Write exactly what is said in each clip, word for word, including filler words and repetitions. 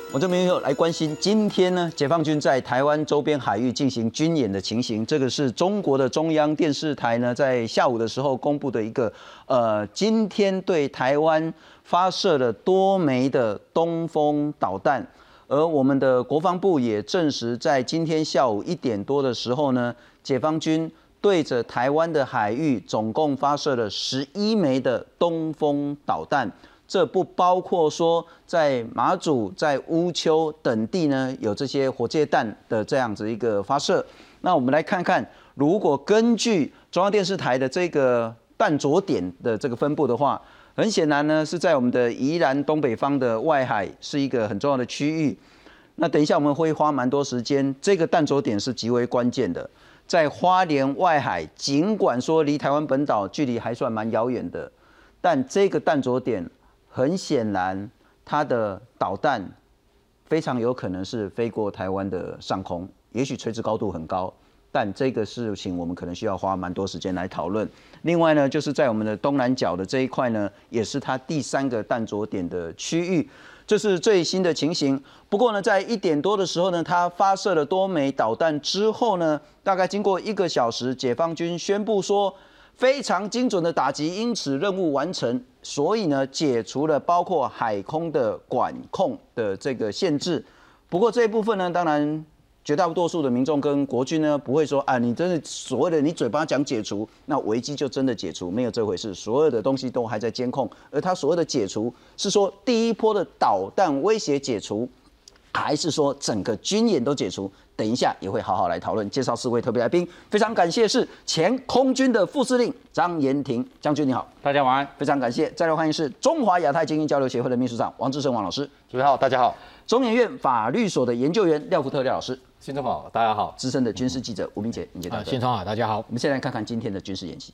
我这边又来关心今天呢，解放军在台湾周边海域进行军演的情形。这个是中国的中央电视台呢，在下午的时候公布的一个，呃，今天对台湾发射了多枚的东风导弹。而我们的国防部也证实，在今天下午一点多的时候呢，解放军对着台湾的海域总共发射了十一枚的东风导弹。这不包括说在马祖、在乌丘等地呢有这些火箭弹的这样子一个发射。那我们来看看，如果根据中央电视台的这个弹着点的这个分布的话，很显然呢是在我们的宜兰东北方的外海是一个很重要的区域。那等一下我们会花蛮多时间，这个弹着点是极为关键的，在花莲外海，尽管说离台湾本岛距离还算蛮遥远的，但这个弹着点。很显然，它的导弹非常有可能是飞过台湾的上空，也许垂直高度很高，但这个事情我们可能需要花蛮多时间来讨论。另外呢，就是在我们的东南角的这一块呢，也是它第三个弹着点的区域，这是最新的情形。不过呢，在一点多的时候呢，它发射了多枚导弹之后呢，大概经过一个小时，解放军宣布说。非常精准的打击，因此任务完成。所以呢，解除了包括海空的管控的这个限制。不过这一部分呢，当然绝大多数的民众跟国军呢不会说啊，你真的所谓的你嘴巴讲解除，那危机就真的解除，没有这回事。所有的东西都还在监控，而他所谓的解除是说第一波的导弹威胁解除，还是说整个军演都解除？等一下也会好好来讨论。介绍四位特别来宾，非常感谢是前空军的副司令张延廷将军，你好， 大家晚安。 非常感谢。再来欢迎是中华亚太精英交流协会的秘书长王志胜王老师， 主持人好，大家好。 中研院法律所的研究员廖福特廖老师， 新总好，大家好。 资深的军事记者吴明杰，明杰大哥， 新总好，大家好。 我们先来看看今天的军事演习。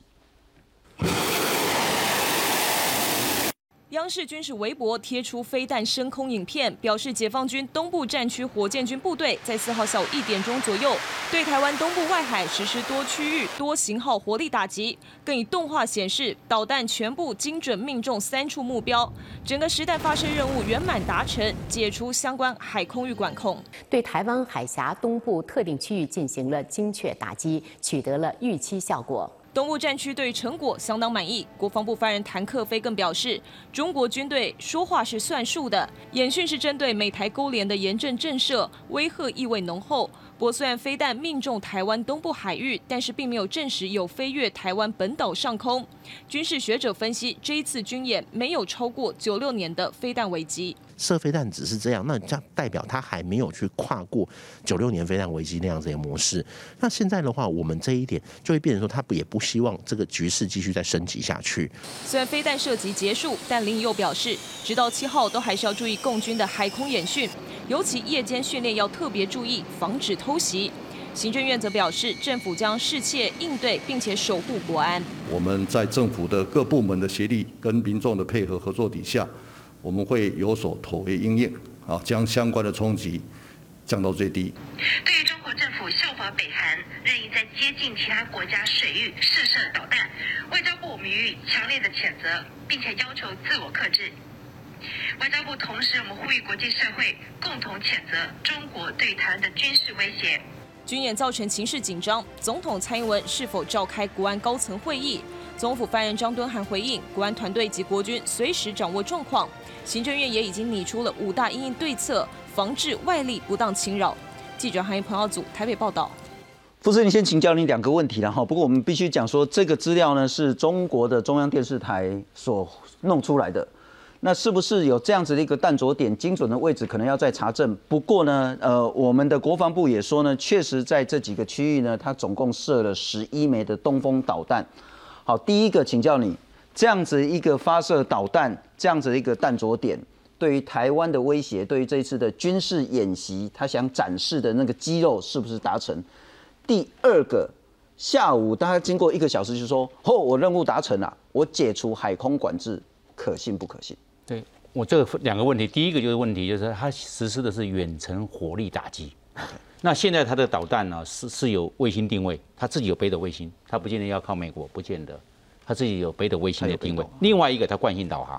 央视军事微博贴出飞弹升空影片，表示解放军东部战区火箭军部队在四号下午一点钟左右，对台湾东部外海实施多区域、多型号火力打击，更以动画显示导弹全部精准命中三处目标，整个实弹发射任务圆满达成，解除相关海空域管控， 对台湾海峡东部特定区域进行了精确打击，取得了预期效果。 东部战区对成果相当满意。国防部发言人谭克飞更表示，中国军队说话是算数的，演训是针对美台勾连的严正震慑，威吓意味浓厚。不过，虽然飞弹命中台湾东部海域，但是并没有证实有飞越台湾本岛上空。军事学者分析，这一次军演没有超过九六年的飞弹危机。 射飞弹只是这样，那这样代表他还没有去跨过九六年飞弹危机那样子的模式。那现在的话，我们这一点就会变成说，他也不希望这个局势继续再升级下去。 虽然飞弹射击结束，但林佑表示，直到七号都还是要注意共军的海空演训，尤其夜间训练要特别注意，防止偷袭。行政院则表示，政府将适切应对，并且守护国安。 我们在政府的各部门的协力跟民众的配合合作底下，我们会有所妥为因应，啊，将相关的冲击降到最低。 对于中国政府效法北韩，任意在接近其他国家水域试射导弹，外交部我们予以强烈的谴责，并且要求自我克制。外交部同时，我们呼吁国际社会共同谴责中国对台湾的军事威胁。 军演造成情势紧张，总统蔡英文是否召开国安高层会议？总统府发言人张敦涵回应，国安团队及国军随时掌握状况。行政院也已经拟出了五大因应对策，防治外力不当侵扰。记者韩一彭耀组台北报道。 副司令先请教你两个问题了哈，不过我们必须讲说，这个资料呢是中国的中央电视台所弄出来的。那是不是有这样子的一个弹着点精准的位置，可能要再查证？不过呢，呃，我们的国防部也说呢，确实在这几个区域呢，它总共射了十一枚的东风导弹。好，第一个请教你，这样子一个发射导弹，这样子的一个弹着点，对于台湾的威胁，对于这一次的军事演习，他想展示的那个肌肉是不是达成？第二个，下午大概经过一个小时，就说，哦，我任务达成了，我解除海空管制，可信不可信？ 对我这个两个问题，第一个就是问题就是它实施的是远程火力打击。那现在它的导弹呢是是有卫星定位，它自己有北斗卫星，它不见得要靠美国，不见得，它自己有北斗卫星的定位。另外一个它惯性导航，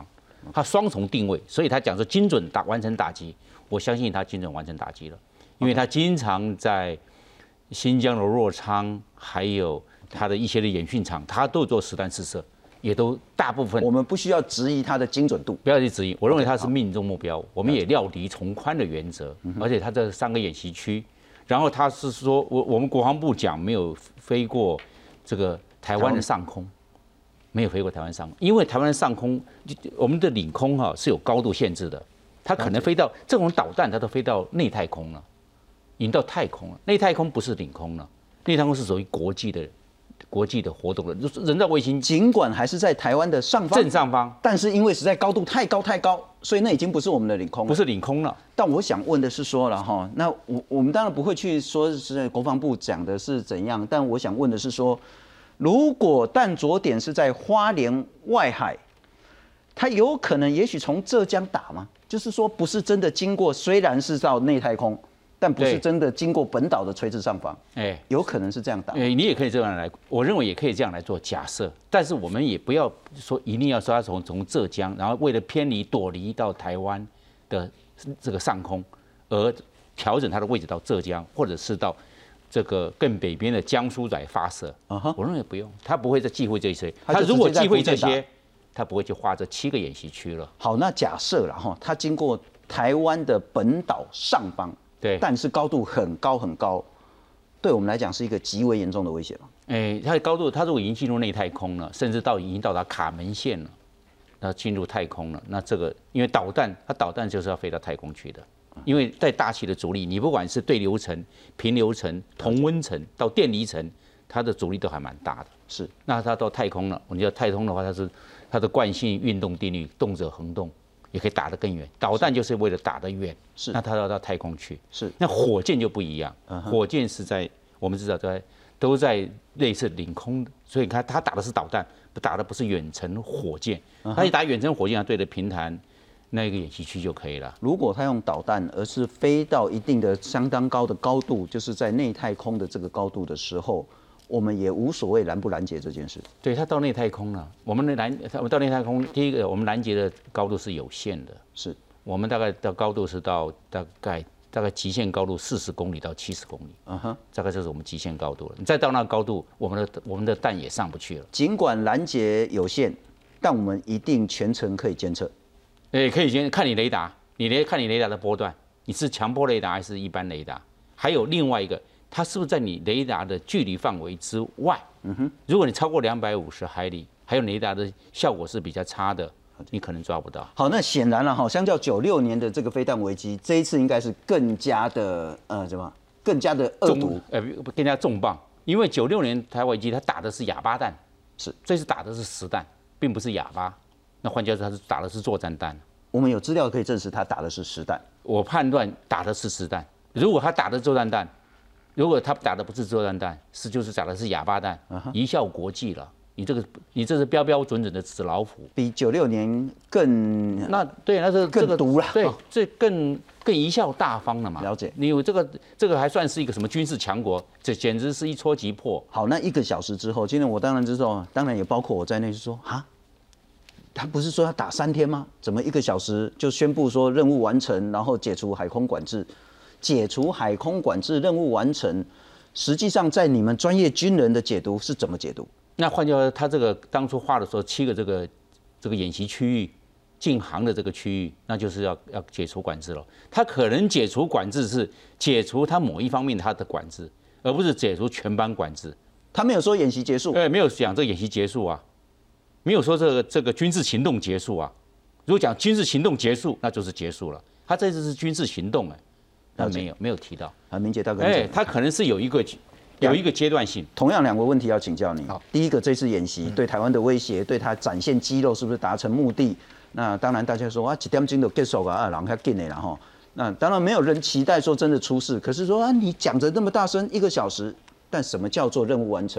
它双重定位，所以他讲说精准打完成打击，我相信他精准完成打击了，因为他经常在新疆的若昌，还有他的一些的演训场，他都做实弹试射，也都大部分。 我们不需要质疑它的精准度， 不要去质疑，我认为它是命中目标，我们也料敌从宽的原则，而且它这三个演习区，然后他是说我我们国防部讲没有飞过这个台湾的上空。没有飞过台湾上空，因为台湾的上空，我们的领空哈是有高度限制的，它可能飞到这种导弹，它都飞到内太空了，已经到太空了。内太空不是领空了，内太空是属于国际的、国际的活动了。就是人造卫星， 尽管还是在台湾的上方正上方， 但是因为实在高度太高太高，所以那已经不是我们的领空了， 不是领空了。 但我想问的是说了哈，那我我们当然不会去说是国防部讲的是怎样，但我想问的是说。如果弹着点是在花莲外海，它有可能也许从浙江打吗？就是说不是真的经过，虽然是到内太空，但不是真的经过本岛的垂直上方。哎，有可能是这样打。 哎，你也可以这样来，我认为也可以这样来做假设。但是我们也不要说一定要说它从从浙江，然后为了偏离躲离到台湾的这个上空，而调整它的位置到浙江，或者是到。这个更北边的江苏来发射， uh-huh. 我认为不用，他不会再忌讳这些。他如果忌讳这些，他不会去画这七个演习区了。 好，那假设了哈，他经过台湾的本岛上方， 对， 但是高度很高很高，对我们来讲是一个极为严重的威胁嘛。 哎，它的高度，它如果已经进入内太空了，甚至到已经到达卡门线了，那进入太空了，那这个因为导弹，它导弹就是要飞到太空去的。因为在大气的阻力，你不管是对流层、平流层、同温层到电离层，它的阻力都还蛮大的。 是， 那它到太空了，我们叫太空的话，它是它的惯性运动定律，动者恒动，也可以打得更远。导弹就是为了打得远， 是， 那它要到太空去。 是， 那火箭就不一样，火箭是在我们知道在都在类似领空，所以你看它打的是导弹，打的不是远程火箭。它一打远程火箭，它对着平潭。那个演习区就可以了。 如果他用导弹，而是飞到一定的相当高的高度，就是在内太空的这个高度的时候，我们也无所谓拦不拦截这件事。 对，他到内太空了，我们的拦，我们到内太空，第一个我们拦截的高度是有限的， 是我们大概的高度是到大概大概极限高度四十公里到七十公里，嗯哼，大概就是我们极限高度了。你再到那个高度，我们的我们的弹也上不去了。 尽管拦截有限，但我们一定全程可以监测。 诶，可以先看你雷达，你雷看你雷达的波段，你是强波雷达还是一般雷达？还有另外一个，它是不是在你雷达的距离范围之外？嗯哼，如果你超过两百五十海里，还有雷达的效果是比较差的，你可能抓不到。 好，那显然了哈，相较九六年的这个飞弹危机，这一次应该是更加的呃什么？更加的恶毒， 呃，更加重磅。因为九六年台湾危机，它打的是哑巴弹， 是这次打的是实弹，并不是哑巴。那换句话说，他是打的是作战弹。 我们有资料可以证实他打的是实弹。 我判断打的是实弹。如果他打的作战弹，如果他打的不是作战弹，是就是打的是哑巴弹，贻笑国际了。你这个你这是标标准准的纸老虎， 比九六年更那对，那是更毒了。 对，这更更贻笑大方了嘛。 了解。 你有这个这个还算是一个什么军事强国？这简直是一戳即破。 好，那一个小时之后，今天我当然知道，当然也包括我在内，是说哈。他不是说要打三天吗？怎么一个小时就宣布说任务完成，然后解除海空管制？解除海空管制任务完成，实际上在你们专业军人的解读是怎么解读？ 那换句话说，他这个当初画的时候，七个这个这个演习区域、禁航的这个区域，那就是要要解除管制了。他可能解除管制是解除他某一方面他的管制，而不是解除全班管制。 他没有说演习结束， 对，没有讲这个演习结束啊。没有说这个这个军事行动结束啊，如果讲军事行动结束，那就是结束了。他这次是军事行动哎，那没有没有提到。 啊，明杰大哥， 哎，他可能是有一个有一个阶段性。 同样两个问题要请教你。好，第一个这次演习对台湾的威胁，对他展现肌肉是不是达成目的？那当然大家说啊，几点钟就结束啊，啊，人较紧的啦吼。那当然没有人期待说真的出事，可是说啊，你讲着那么大声一个小时，但什么叫做任务完成？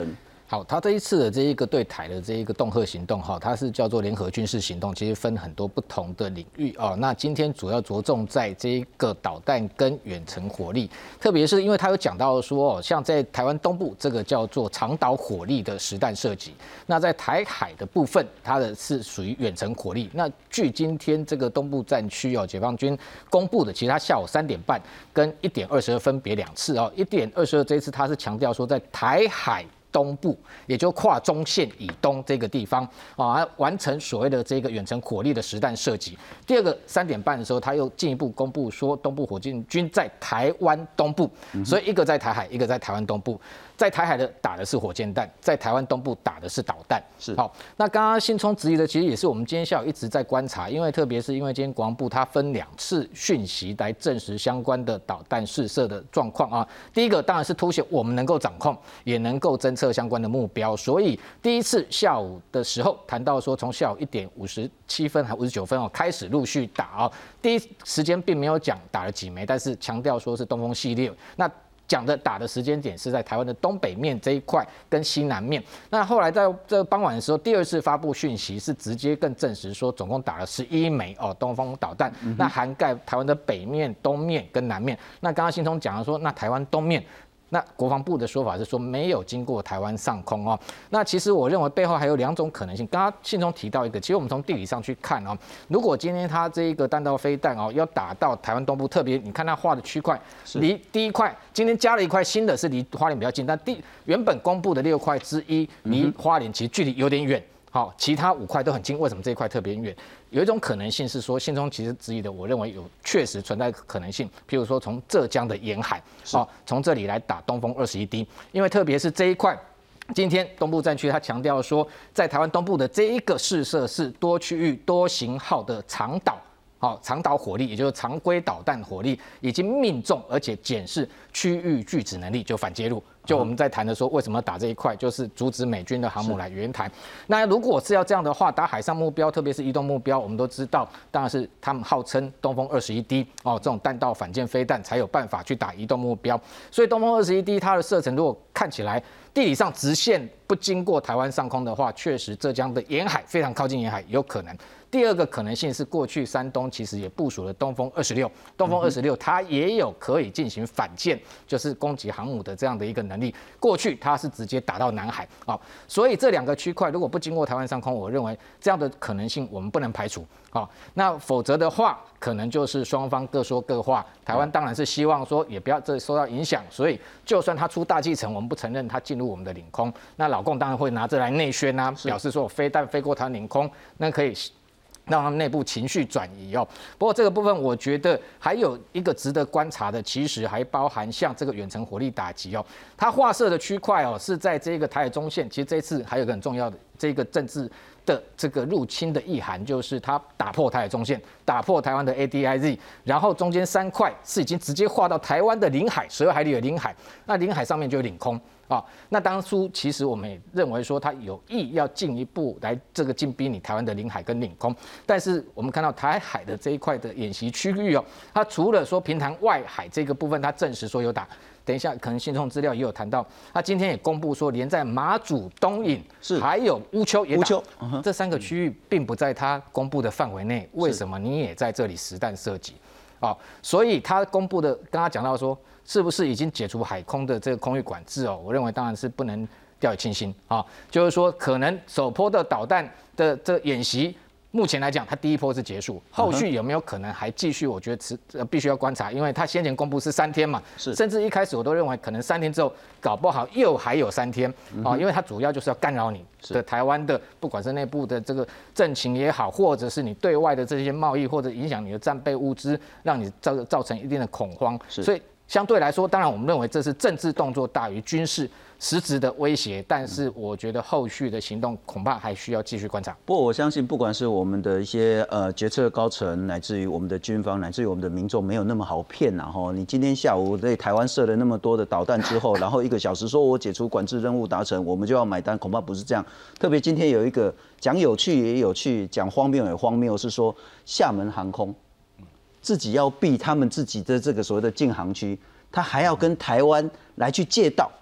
好，他这一次的这一个对台的这一个恫吓行动，哈，它是叫做联合军事行动，其实分很多不同的领域哦。那今天主要着重在这一个导弹跟远程火力，特别是因为他有讲到说，像在台湾东部这个叫做长岛火力的实弹射击，那在台海的部分，它的是属于远程火力。那据今天这个东部战区哦，解放军公布的，其实他下午三点半跟一点二十二分别两次哦，一点二十二这一次他是强调说在台海东部，也就跨中线以东这个地方啊，完成所谓的这个远程火力的实弹射击。第二个三点半的时候，他又进一步公布说，东部火箭军在台湾东部，所以一个在台海，一个在台湾东部。在台海的打的是火箭弹，在台湾东部打的是导弹。 是好，那刚刚信聪质疑的，其实也是我们今天下午一直在观察，因为特别是因为今天国防部它分两次讯息来证实相关的导弹试射的状况啊。第一个当然是凸显我们能够掌控，也能够侦测相关的目标，所以第一次下午的时候谈到说，从下午一点五十七分还五十九分哦开始陆续打啊，第一时间并没有讲打了几枚，但是强调说是东风系列。那讲的打的时间点是在台湾的东北面这一块跟西南面。那后来在这傍晚的时候，第二次发布讯息是直接更证实说，总共打了十一枚哦东风导弹，那涵盖台湾的北面、东面跟南面。那刚刚信聪讲了说，那台湾东面。那国防部的说法是说没有经过台湾上空哦。那其实我认为背后还有两种可能性。刚刚信聪提到一个，其实我们从地理上去看哦，如果今天它这一个弹道飞弹哦要打到台湾东部，特别你看它画的区块，离第一块今天加了一块新的是离花莲比较近，但第原本公布的六块之一离花莲其实距离有点远。好，其他五块都很近，为什么这一块特别远？有一种可能性是说，信聪其实质疑的，我认为有确实存在可能性，譬如说从浙江的沿海，哦，从这里来打东风二十一 D， 因为特别是这一块。今天东部战区他强调说，在台湾东部的这一个试射是多区域多型号的长岛。好，长岛火力，也就是常规导弹火力，已经命中，而且检视区域拒止能力，就反介入。就我们在谈的说，为什么打这一块，就是阻止美军的航母来援台。那如果是要这样的话，打海上目标，特别是移动目标，我们都知道，当然是他们号称东风二十一 D 哦，这种弹道反舰飞弹才有办法去打移动目标。所以东风二十一 D 它的射程，如果看起来地理上直线不经过台湾上空的话，确实浙江的沿海非常靠近沿海，有可能。第二个可能性是，过去山东其实也部署了东风二十六，东风二十六它也有可以进行反舰，就是攻击航母的这样的一个能力。过去它是直接打到南海啊，所以这两个区块如果不经过台湾上空，我认为这样的可能性我们不能排除啊。那否则的话，可能就是双方各说各话。台湾当然是希望说也不要这受到影响，所以就算他出大气层，我们不承认他进入我们的领空，那老共当然会拿这来内宣啊，表示说我飞弹飞过他领空，那可以让他们内部情绪转移哦。不过这个部分，我觉得还有一个值得观察的，其实还包含像这个远程火力打击哦，它画射的区块哦是在这个台海中线。其实这次还有一个很重要的这个政治的这个入侵的意涵，就是它打破台海中线，打破台湾的 A D I Z， 然后中间三块是已经直接划到台湾的领海，十二海里的领海，那领海上面就有领空。啊，那当初其实我们也认为说他有意要进一步来这个进逼你台湾的领海跟领空，但是我们看到台海的这一块的演习区域哦，它除了说平潭外海这个部分，它证实说有打。等一下，可能信聪资料也有谈到，他今天也公布说，连在马祖、东引是还有乌丘也打，乌丘、uh-huh. 这三个区域并不在他公布的范围内，为什么你也在这里实弹射击？啊，所以他公布的，刚刚讲到说，是不是已经解除海空的这个空域管制哦？我认为当然是不能掉以轻心啊，就是说可能首波的导弹的这个演习。目前来讲，它第一波是结束，后续有没有可能还继续？我觉得持呃必须要观察，因为它先前公布是三天嘛，是，甚至一开始我都认为可能三天之后搞不好又还有三天啊，因为它主要就是要干扰你的台湾的，不管是内部的这个政情也好，或者是你对外的这些贸易，或者影响你的战备物资，让你造造成一定的恐慌，所以相对来说，当然我们认为这是政治动作大于军事实质的威胁，但是我觉得后续的行动恐怕还需要继续观察。 不过我相信，不管是我们的一些呃决策高层，乃至于我们的军方，乃至于我们的民众，没有那么好骗呐哈。你今天下午对台湾射了那么多的导弹之后，然后一个小时说我解除管制任务达成，我们就要买单，恐怕不是这样。特别今天有一个讲有趣也有趣，讲荒谬也荒谬，是说厦门航空自己要避他们自己的这个所谓的禁航区，他还要跟台湾来去借道。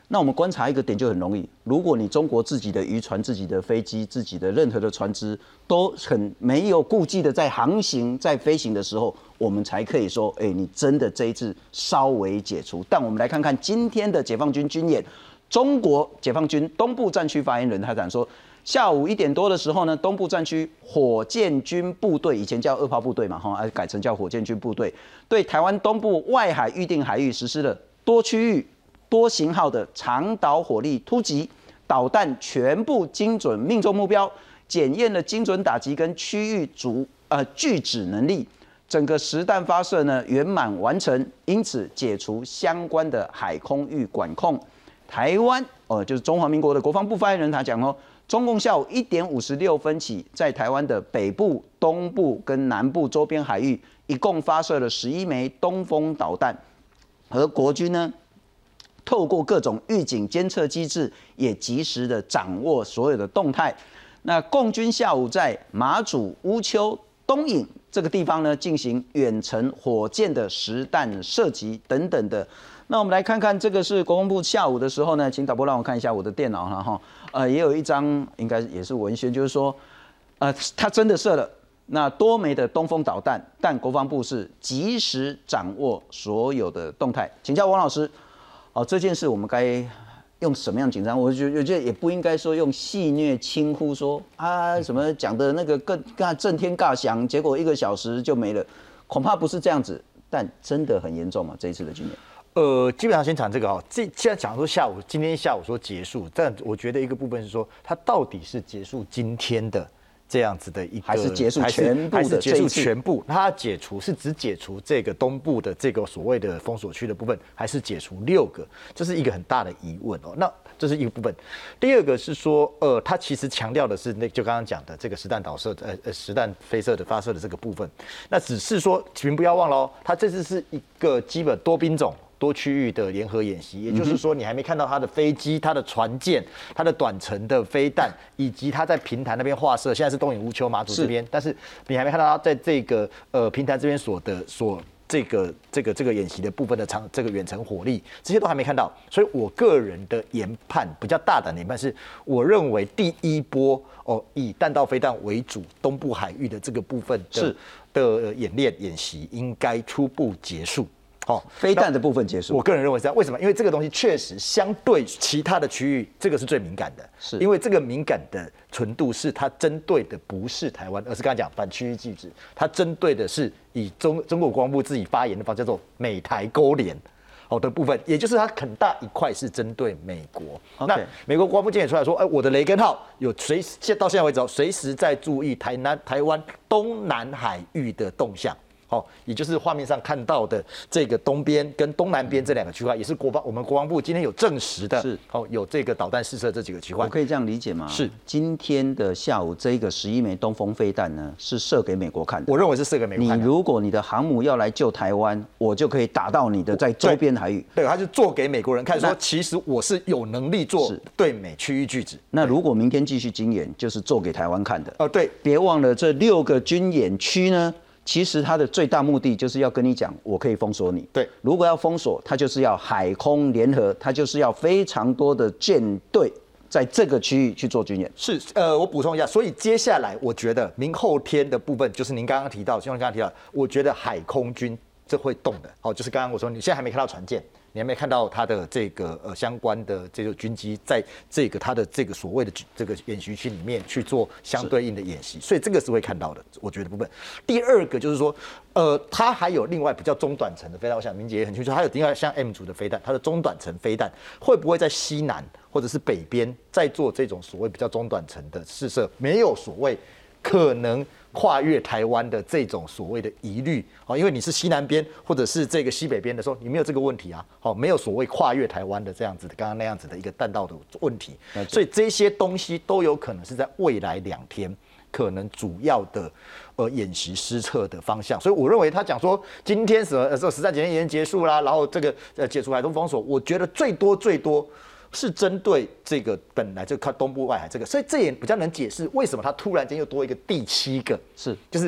那我们观察一个点就很容易，如果你中国自己的渔船、自己的飞机、自己的任何的船只都很没有顾忌的在航行、在飞行的时候，我们才可以说，哎，你真的这一次稍微解除。但我们来看看今天的解放军军演，中国解放军东部战区发言人他讲说，下午一点多的时候呢，东部战区火箭军部队，以前叫二炮部队嘛，哈，改成叫火箭军部队，对台湾东部外海预定海域实施了多区域、多型号的长导火力突击，导弹全部精准命中目标，检验了精准打击跟区域主呃拒止能力，整个实弹发射呢圆满完成，因此解除相关的海空域管控。台湾哦、呃，就是中华民国的国防部发言人他讲哦，中共下午一点五十六分起，在台湾的北部、东部跟南部周边海域，一共发射了十一枚东风导弹，而国军呢，透过各种预警监测机制，也及时的掌握所有的动态。那共军下午在马祖、乌丘、东引这个地方呢，进行远程火箭的实弹射击等等的。那我们来看看，这个是国防部下午的时候呢，请导播让我看一下我的电脑了哈，呃，也有一张应该也是文宣，就是说，呃，他真的射了那多枚的东风导弹，但国防部是及时掌握所有的动态。请教王老师，哦，这件事我们该用什么样紧张？我觉得，我觉得也不应该说用戏谑轻忽说啊什么讲的那个更更震天尬响，结果一个小时就没了，恐怕不是这样子。但真的很严重嘛，这一次的军演。 呃，基本上先讲这个哦，这现在讲说下午，今天下午说结束，但我觉得一个部分是说，它到底是结束今天的这样子的一个， 还是结束全部的， 还是结束全部？它解除是只解除这个东部的这个所谓的封锁区的部分，还是解除六个？这是一个很大的疑问哦。那这是一个部分。第二个是说，呃，它其实强调的是那就刚刚讲的这个实弹导射，呃呃实弹飞射的发射的这个部分。那只是说，请不要忘了哦，它这次是一个基本多兵种。多区域的联合演习，也就是说，你还没看到它的飞机、它的船舰、它的短程的飞弹，以及它在平潭那边画射，现在是东引乌丘马祖这边，但是你还没看到它在这个呃平潭这边所的所这个这个这个演习的部分的长这个远程火力，这些都还没看到。所以我个人的研判比较大胆的研判是，我认为第一波哦以弹道飞弹为主，东部海域的这个部分的的演练演习应该初步结束。哦， 飞弹的部分结束。 我个人认为是这样，为什么？因为这个东西确实相对其他的区域，这个是最敏感的， 是因为这个敏感的纯度是它针对的不是台湾，而是刚才讲反区域拒止，它针对的是以中中国国防部自己发言的方式叫做美台勾连。好的部分，也就是它很大一块是针对美国。Okay. 那美国国防部今天也出来说，哎，我的雷根号有随现到现在为止，随时在注意台南、台湾东南海域的动向。好，也就是画面上看到的这个东边跟东南边这两个区块，也是国防我们国防部今天有证实的， 是哦，有这个导弹试射这几个区块。 我可以这样理解吗？ 是， 今天的下午这一个十一枚东风飞弹呢，是射给美国看的。 我认为是射给美国看的。 你如果你的航母要来救台湾，我就可以打到你的在周边海域。 对，他就做给美国人看，说其实我是有能力做对美区域拒止。 那如果明天继续军演，就是做给台湾看的。 哦，对， 别忘了这六个军演区呢。其实它的最大目的就是要跟你讲，我可以封锁你。 对， 如果要封锁，它就是要海空联合，它就是要非常多的舰队在这个区域去做军演。 是，呃，我补充一下，所以接下来我觉得明后天的部分，就是您刚刚提到，就像刚刚提到，我觉得海空军这会动的。好，就是刚刚我说，你现在还没看到船舰。你还没看到它的这个呃相关的这个军机在这个它的这个所谓的这个演习区里面去做相对应的演习，所以这个是会看到的，我觉得部分。第二个就是说，呃，它还有另外比较中短程的飞弹，我想明姐也很清楚，它有另外像 M 组的飞弹，它的中短程飞弹会不会在西南或者是北边再做这种所谓比较中短程的试射？没有所谓可能。跨越台湾的这种所谓的疑虑，因为你是西南边或者是这个西北边的时候，你没有这个问题啊，好，没有所谓跨越台湾的这样子的刚刚那样子的一个弹道的问题，所以这些东西都有可能是在未来两天可能主要的呃演习施策的方向。所以我认为他讲说今天什么这实战检验已经结束啦，然后这个呃解除海东封锁，我觉得最多最多。是针对这个本来就靠东部外海这个，所以这也比较能解释为什么它突然间又多一个第七个， 是就是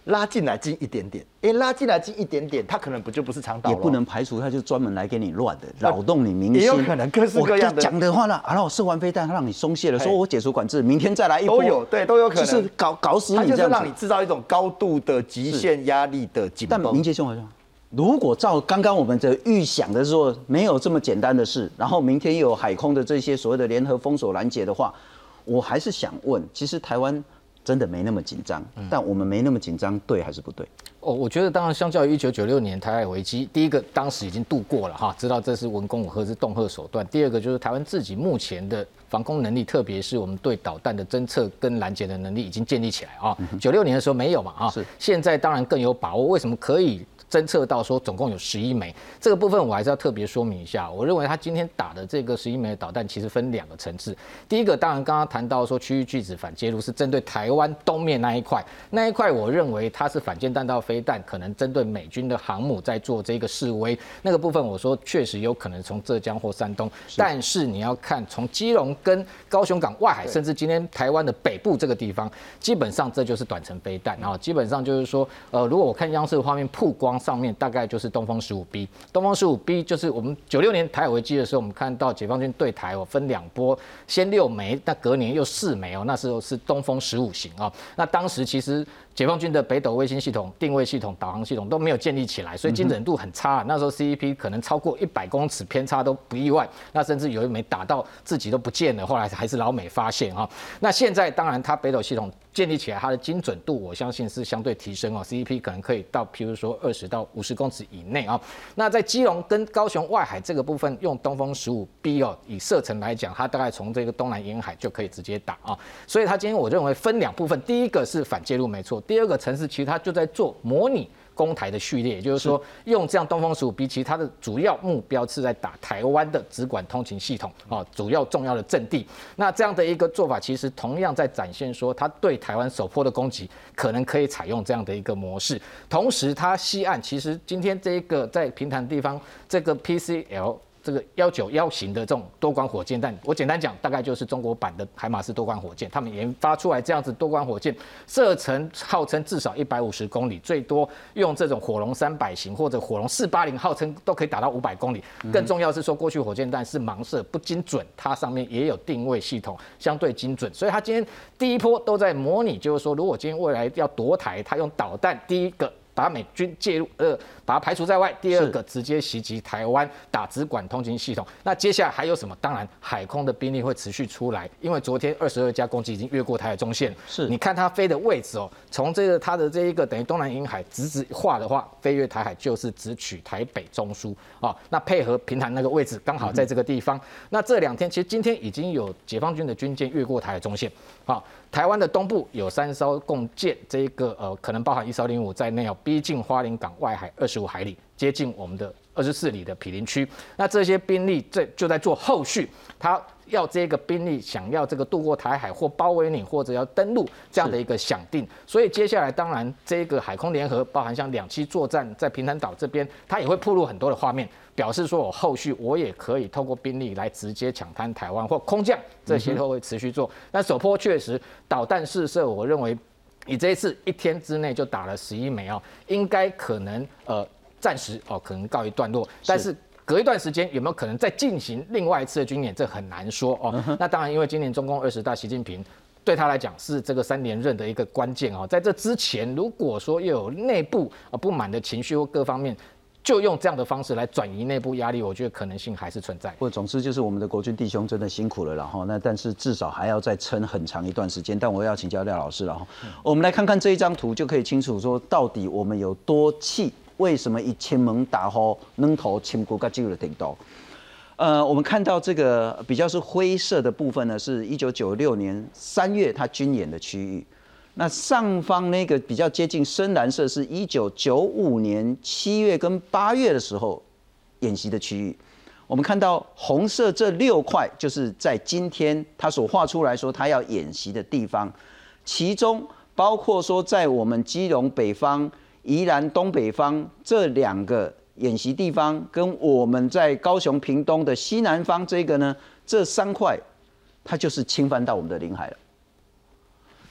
拉进来近一点点，哎，拉进来近一点点，它可能不就不是长岛了？ 也不能排除他就专门来给你乱的，扰动你民心。 也有可能各式各样的讲的话呢，然后射完飞弹，他让你松懈了，说我解除管制，明天再来一波， 都有，对，都有可能， 就是搞搞死你这样子，它就是这样让你制造一种高度的极限压力的紧绷。 但明杰兄好像。如果照刚刚我们的预想的说，没有这么简单的事，然后明天又有海空的这些所谓的联合封锁拦截的话，我还是想问，其实台湾真的没那么紧张，但我们没那么紧张，对还是不对？ 哦，我觉得当然，相较于一九九六年台海危机，第一个当时已经度过了哈，知道这是文攻武吓是恫吓手段；第二个就是台湾自己目前的防空能力，特别是我们对导弹的侦测跟拦截的能力已经建立起来啊。九六年的时候没有嘛啊，现在当然更有把握。为什么可以侦测到说总共有十一枚？这个部分我还是要特别说明一下。我认为他今天打的这个十一枚的导弹，其实分两个层次。第一个当然刚刚谈到说区域拒止反介入是针对台湾东面那一块，那一块我认为它是反舰弹道飞弹，可能针对美军的航母在做这个示威，那个部分我说确实有可能从浙江或山东，但是你要看从基隆跟高雄港外海，甚至今天台湾的北部这个地方，基本上这就是短程飞弹，然后基本上就是说，呃，如果我看央视的画面曝光上面大概就是东风十五 B， 东风十五 B 就是我们九六年台海危机的时候，我们看到解放军对台哦分两波，先六枚，那隔年又四枚哦，那时候是东风十五型啊，那当时其实解放军的北斗卫星系统、定位系统、导航系统都没有建立起来，所以精准度很差。那时候 C E P 可能超过一百公尺偏差都不意外，那甚至有一枚打到自己都不见了，后来还是老美发现哈。那现在当然它北斗系统建立起来，它的精准度我相信是相对提升哦 ，C E P 可能可以到譬如说二十到五十公尺以内啊。那在基隆跟高雄外海这个部分，用东风十五 B 哦，以射程来讲，它大概从这个东南沿海就可以直接打啊。所以它今天我认为分两部分，第一个是反介入没错。第二个城市其实它就在做模拟攻台的序列，也就是说用这样东风十五 B， 其实它的主要目标是在打台湾的直管通勤系统啊，主要重要的阵地。那这样的一个做法，其实同样在展现说，它对台湾首波的攻击可能可以采用这样的一个模式。同时，它西岸其实今天这一个在平潭地方这个 P C L。这个一九一型的这种多管火箭弹，我简单讲，大概就是中国版的海马斯多管火箭。他们研发出来这样子多管火箭，射程号称至少一百五十公里，最多用这种火龙三百型或者火龙四八零，号称都可以打到五百公里。更重要是说，过去火箭弹是盲射不精准，它上面也有定位系统，相对精准。所以它今天第一波都在模拟，就是说，如果今天未来要夺台，它用导弹第一个。把美军介入，呃，把它排除在外。第二个，直接袭击台湾，打直管通勤系统。那接下来还有什么？当然，海空的兵力会持续出来，因为昨天二十二架攻击已经越过台海中线。是，你看它飞的位置哦，从这个它的这一个等于东南沿海直直画的话，飞越台海就是直取台北中枢啊。那配合平潭那个位置，刚好在这个地方。嗯、那这两天其实今天已经有解放军的军舰越过台海中线，啊。台湾的东部有三艘共建，这一个呃，可能包含一艘零五在内哦，逼近花莲港外海二十五海里，接近我们的二十四里的毗邻区。那这些兵力这就在做后续，他要这个兵力想要这个渡过台海或包围你，或者要登陆这样的一个想定。所以接下来当然这个海空联合，包含像两栖作战在平潭岛这边，它也会曝露很多的画面。表示说，我后续我也可以透过兵力来直接抢滩台湾或空降，这些都会持续做。但首波确实导弹试射，我认为你这一次一天之内就打了十一枚哦，应该可能呃暂时哦可能告一段落，但是。隔一段时间有没有可能再进行另外一次的军演，这很难说哦。嗯、那当然，因为今年中共二十大，习近平对他来讲是这个三连任的一个关键哦。在这之前，如果说又有内部啊不满的情绪或各方面。就用这样的方式来转移内部压力，我觉得可能性还是存在。 不过，总之就是我们的国军弟兄真的辛苦了，然后那但是至少还要再撑很长一段时间。但我要请教廖老师了哈，嗯、我们来看看这一张图，就可以清楚说到底我们有多气，为什么一千门打吼能头千国个进入顶到。呃，我们看到这个比较是灰色的部分呢，是一九九六年三月他军演的区域。那上方那个比较接近深蓝色，是一九九五年七月跟八月的时候演习的区域。我们看到红色这六块，就是在今天他所画出来说他要演习的地方，其中包括说在我们基隆北方、宜兰东北方这两个演习地方，跟我们在高雄屏东的西南方这个呢，这三块，它就是侵犯到我们的领海了。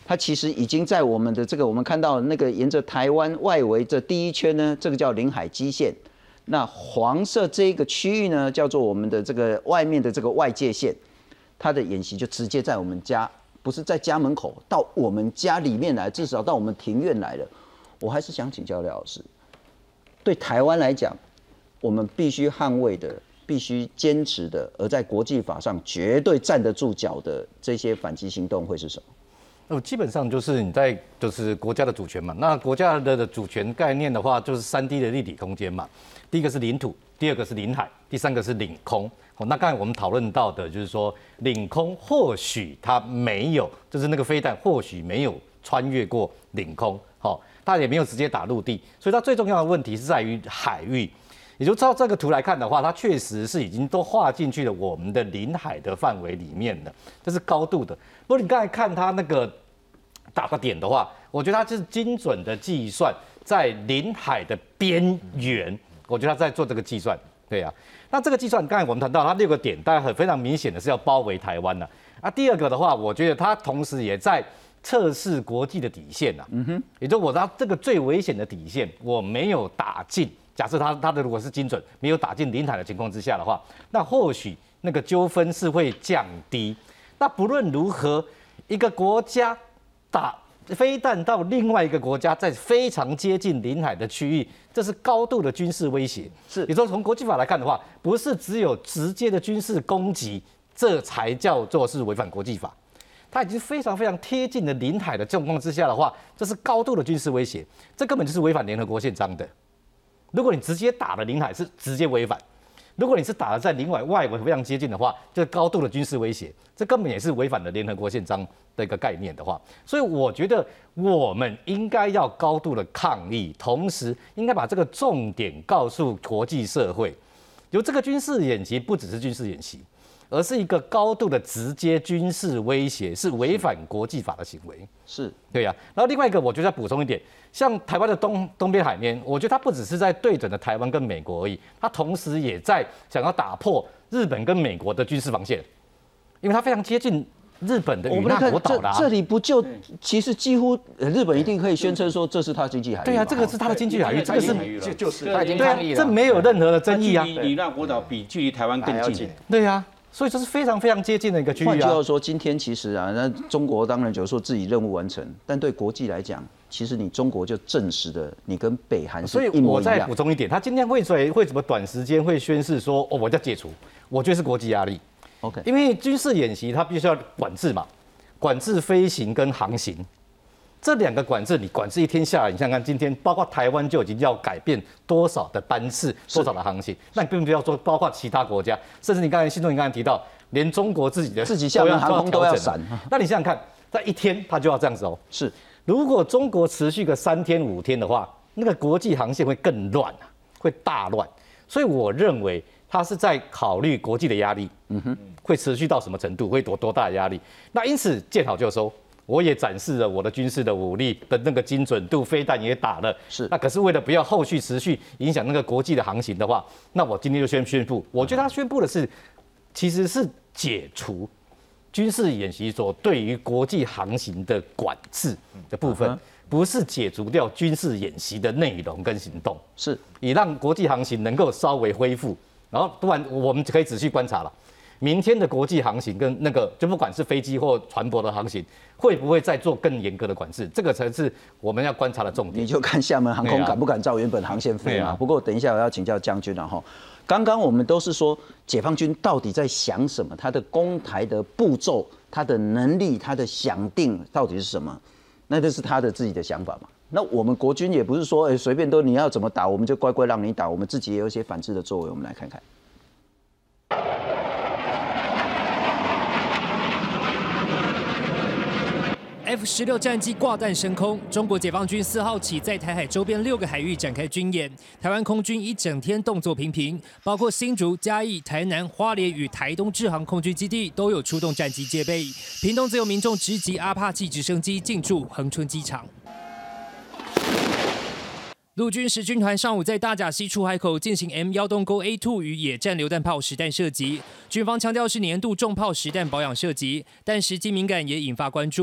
它其实已经在我们的这个我们看到那个沿着台湾外围这第一圈呢，这个叫领海基线。那黄色这一个区域呢，叫做我们的这个外面的这个外界线，它的演习就直接在我们家，不是在家门口，到我们家里面来，至少到我们庭院来了。我还是想请教廖老师，对台湾来讲，我们必须捍卫的、必须坚持的，而在国际法上绝对站得住脚的这些反击行动会是什么？ 那基本上就是你在就是国家的主权嘛。那国家的主权概念的话，就是三 D 的立体空间嘛。第一个是领土，第二个是领海，第三个是领空。哦，那刚才我们讨论到的就是说，领空或许它没有，就是那个飞弹或许没有穿越过领空，好，它也没有直接打陆地，所以它最重要的问题是在于海域。也就照这个图来看的话，它确实是已经都划进去了我们的领海的范围里面了，这是高度的。不过你刚才看它那个打个点的话，我觉得它就是精准的计算在领海的边缘，我觉得它在做这个计算，对啊。那这个计算刚才我们谈到它六个点，大概很非常明显的是要包围台湾了。啊，第二个的话，我觉得它同时也在测试国际的底线啊，嗯哼，也就是我它这个最危险的底线，我没有打进。假设它它的如果是精准没有打进领海的情况之下的话，那或许那个纠纷是会降低。那不论如何，一个国家打飞弹到另外一个国家，在非常接近领海的区域，这是高度的军事威胁。是，也就是从国际法来看的话，不是只有直接的军事攻击，这才叫做是违反国际法。它已经非常非常贴近的领海的状况之下的话，这是高度的军事威胁，这根本就是违反联合国宪章的。如果你直接打了领海，是直接违反；如果你是打了在领海外围非常接近的话，就是高度的军事威胁，这根本也是违反了联合国宪章的一个概念的话。所以我觉得我们应该要高度的抗议，同时应该把这个重点告诉国际社会，有这个军事演习不只是军事演习，而是一个高度的直接军事威胁，是违反国际法的行为。 是， 对呀、啊。然后另外一个，我觉得再补充一点。像台湾的东东边海面，我觉得它不只是在对准的台湾跟美国而已，它同时也在想要打破日本跟美国的军事防线，因为它非常接近日本的与那国岛啦、啊。 这里不就其实几乎日本一定可以宣称说这是它经济海域。 对啊，这个是它的经济海域，这个是就就是他已经抗议了， 这没有任何的争议啊。 离与那国岛比距离台湾更近。 对啊。所以这是非常非常接近的一个区域啊。 换句话说，今天其实啊，那中国当然就说自己任务完成，但对国际来讲，其实你中国就证实了你跟北韩是一模一样。所以我再补充一点，他今天会会会怎么短时间会宣示说哦，我要解除？我觉得是国际压力。 OK， 因为军事演习它必须要管制嘛，管制飞行跟航行。这两个管制，你管制一天下来，你想想看，今天包括台湾就已经要改变多少的班次，多少的航行，那你并不要说包括其他国家，甚至你刚才信中你刚才提到，连中国自己的自己厦门航空都要闪。 那你想想看，在一天它就要这样子哦。 是， 如果中国持续个三天五天的话，那个国际航线会更乱啊，会大乱。所以我认为它是在考虑国际的压力，嗯哼，会持续到什么程度，会多多大的压力。那因此见好就收。我也展示了我的军事的武力的那个精准度，飞弹也打了。 是， 那可是为了不要后续持续影响那个国际的航行的话，那我今天就宣宣布，我觉得他宣布的是，其实是解除军事演习所对于国际航行的管制的部分，不是解除掉军事演习的内容跟行动， 是以让国际航行能够稍微恢复。然后不然我们可以仔细观察了。明天的国际航行跟那个，就不管是飞机或船舶的航行，会不会再做更严格的管制？这个才是我们要观察的重点。 你就看厦门航空敢不敢照原本航线飞嘛。不过等一下我要请教将军了哈。刚刚我们都是说解放军到底在想什么，他的攻台的步骤、他的能力、他的想定到底是什么？那这是他的自己的想法嘛。那我们国军也不是说哎随便都你要怎么打我们就乖乖让你打，我们自己也有一些反制的作为，我们来看看。 F 十六战机挂弹升空，中国解放军四号起在台海周边六个海域展开军演。台湾空军一整天动作频频，包括新竹、嘉义、台南、花莲与台东志航空军基地都有出动战机戒备。屏东则有民众直击阿帕奇直升机进驻恒春机场。陆军十军团上午在大甲溪出海口进行 M 幺洞沟 A 二 与野战榴弹炮实弹射击，军方强调是年度重炮实弹保养射击，但时机敏感也引发关注。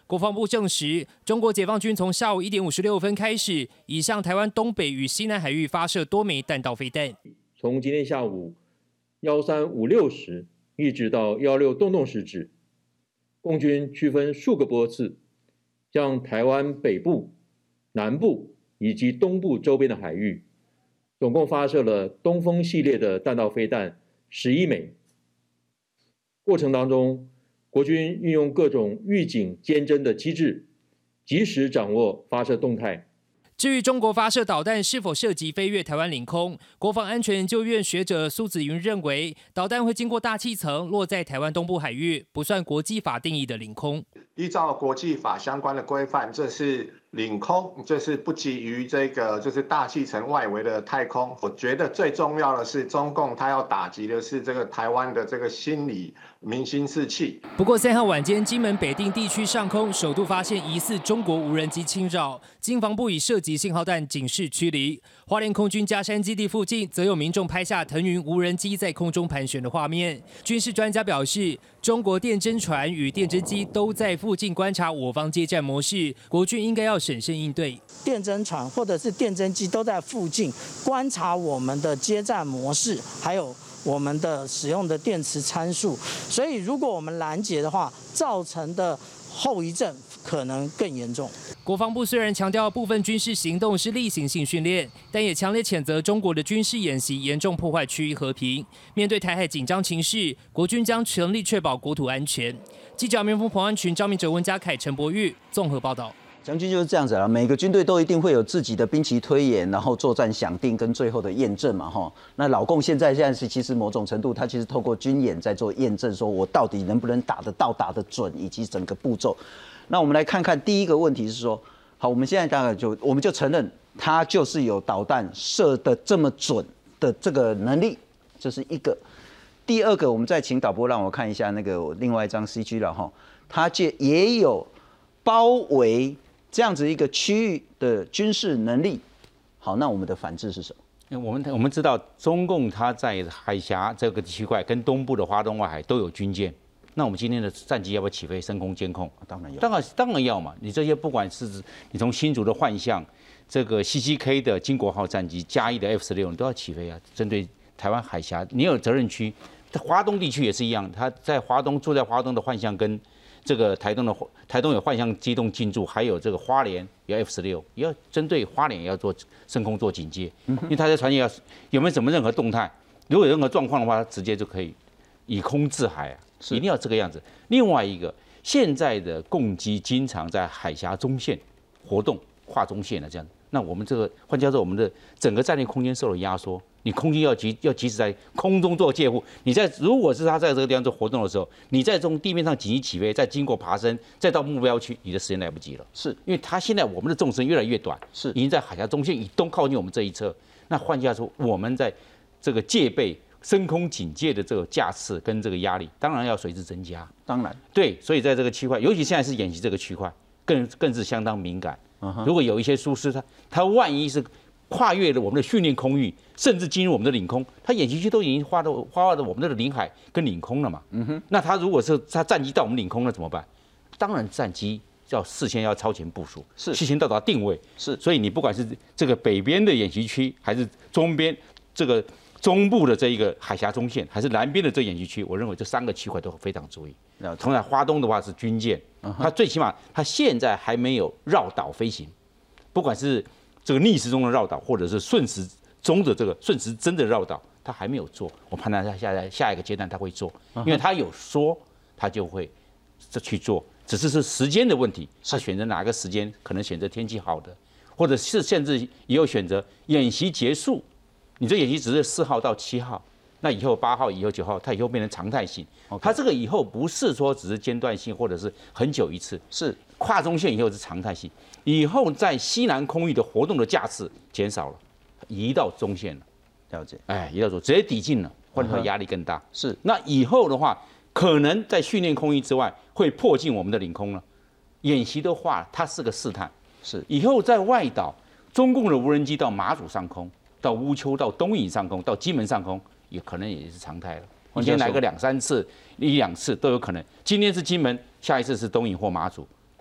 国防部证实，中国解放军从下午一点五十六分开始，已向台湾东北与西南海域发射多枚弹道飞弹。 从今天下午幺三五六时一直到幺六洞洞时止，共军区分数个波次，向台湾北部、南部以及东部周边的海域，总共发射了东风系列的弹道飞弹十一枚。过程当中，国军运用各种预警监侦的机制，及时掌握发射动态。 至于中国发射导弹是否涉及飞越台湾领空，国防安全研究院学者苏子云认为，导弹会经过大气层落在台湾东部海域，不算国际法定义的领空。 依照国际法相关的规范，这是领空，这是不及于这个就是大气层外围的太空。我觉得最重要的是，中共他要打击的是这个台湾的这个心理民心士气。 不过三号晚间，金门北定地区上空首度发现疑似中国无人机侵扰，经防部以射击信号弹警示驱离。花莲空军嘉山基地附近，则有民众拍下腾云无人机在空中盘旋的画面。军事专家表示，中国电侦船与电侦机都在附近观察我方接战模式，国军应该要审慎应对。 电侦船或者是电侦机都在附近观察我们的接战模式，还有我们的使用的电池参数，所以如果我们拦截的话，造成的后遗症可能更严重。 国防部虽然强调部分军事行动是例行性训练，但也强烈谴责中国的军事演习严重破坏区域和平。面对台海紧张情势，国军将全力确保国土安全。记者苗峰、彭安群、张明哲、温家凯、陈柏宇综合报道。 将军就是这样子啦，每个军队都一定会有自己的兵棋推演，然后作战想定跟最后的验证嘛，哈。那老共现在现在是其实某种程度，他其实透过军演在做验证，说我到底能不能打得到、打得准，以及整个步骤。那我们来看看第一个问题是说，好，我们现在大概就我们就承认他就是有导弹射得这么准的这个能力，这是一个。第二个，我们再请导播让我看一下那个另外一张 C G 了哈，它也有包围这样子一个区域的军事能力。好，那我们的反制是什么？ 我们我们知道，中共它在海峡这个区块跟东部的华东外海都有军舰。那我们今天的战机要不要起飞升空监控？ 当然要， 当然当然要嘛。你这些不管是你从新竹的幻象，这个 C C K 的金国号战机，嘉义的 F 十六，你都要起飞啊。针对台湾海峡，你有责任区。华东地区也是一样，它在华东住在华东的幻象跟这个台东的台东有幻象机动进驻，还有这个花莲有 F 十六，也要针对花莲也要做升空做警戒，因为它在船舰要有没有什么任何动态，如果有任何状况的话，它直接就可以以空制海啊，一定要这个样子。另外一个，现在的共机经常在海峡中线活动，跨中线的这样，那我们这个换句话说，我们的整个战略空间受了压缩。你空军要及要及时在空中做介护，你在如果是他在这个地方做活动的时候，你在从地面上紧急起飞，再经过爬升，再到目标区，你的时间来不及了。 是因为他现在我们的纵深越来越短， 是已经在海峡中线以东靠近我们这一侧。那换句话说，我们在这个戒备、升空警戒的这个架次跟这个压力，当然要随之增加。 当然， 对，所以在这个区块，尤其现在是演习这个区块，更更是相当敏感。 Uh-huh. 如果有一些疏失，他他万一是跨越了我们的训练空域，甚至进入我们的领空，它演习区都已经划到划到我们的领海跟领空了嘛。嗯哼。那他如果是他战机到我们领空了怎么办？当然战机要事先要超前部署， 是事先到达定位， 是。 所以你不管是这个北边的演习区，还是中边这个中部的这一个海峡中线，还是南边的这个演习区，我认为这三个区块都非常注意。同样，花东的话是军舰，它最起码它现在还没有绕岛飞行，不管是这个逆时钟的绕岛，或者是顺时钟的这个顺时针的绕岛，他还没有做。我判断他下来下一个阶段他会做，因为他有说他就会去做，只是是时间的问题。他选择哪个时间，可能选择天气好的，或者是甚至也有选择演习结束。你这演习只是四号到七号，那以后八号、以后九号，它以后变成常态性。它这个以后不是说只是间断性，或者是很久一次， 是跨中线以后是常态性。以后在西南空域的活动的架次减少了，移到中线了。 了解， 哎，移到中直接抵近了，换成压力更大。 是， 那以后的话，可能在训练空域之外会迫近我们的领空了。演习的话，它是个试探。 是， 以后在外岛，中共的无人机到马祖上空，到乌丘、到东引上空、到金门上空，也可能也是常态了。以前来个两三次、一两次都有可能。今天是金门，下一次是东引或马祖。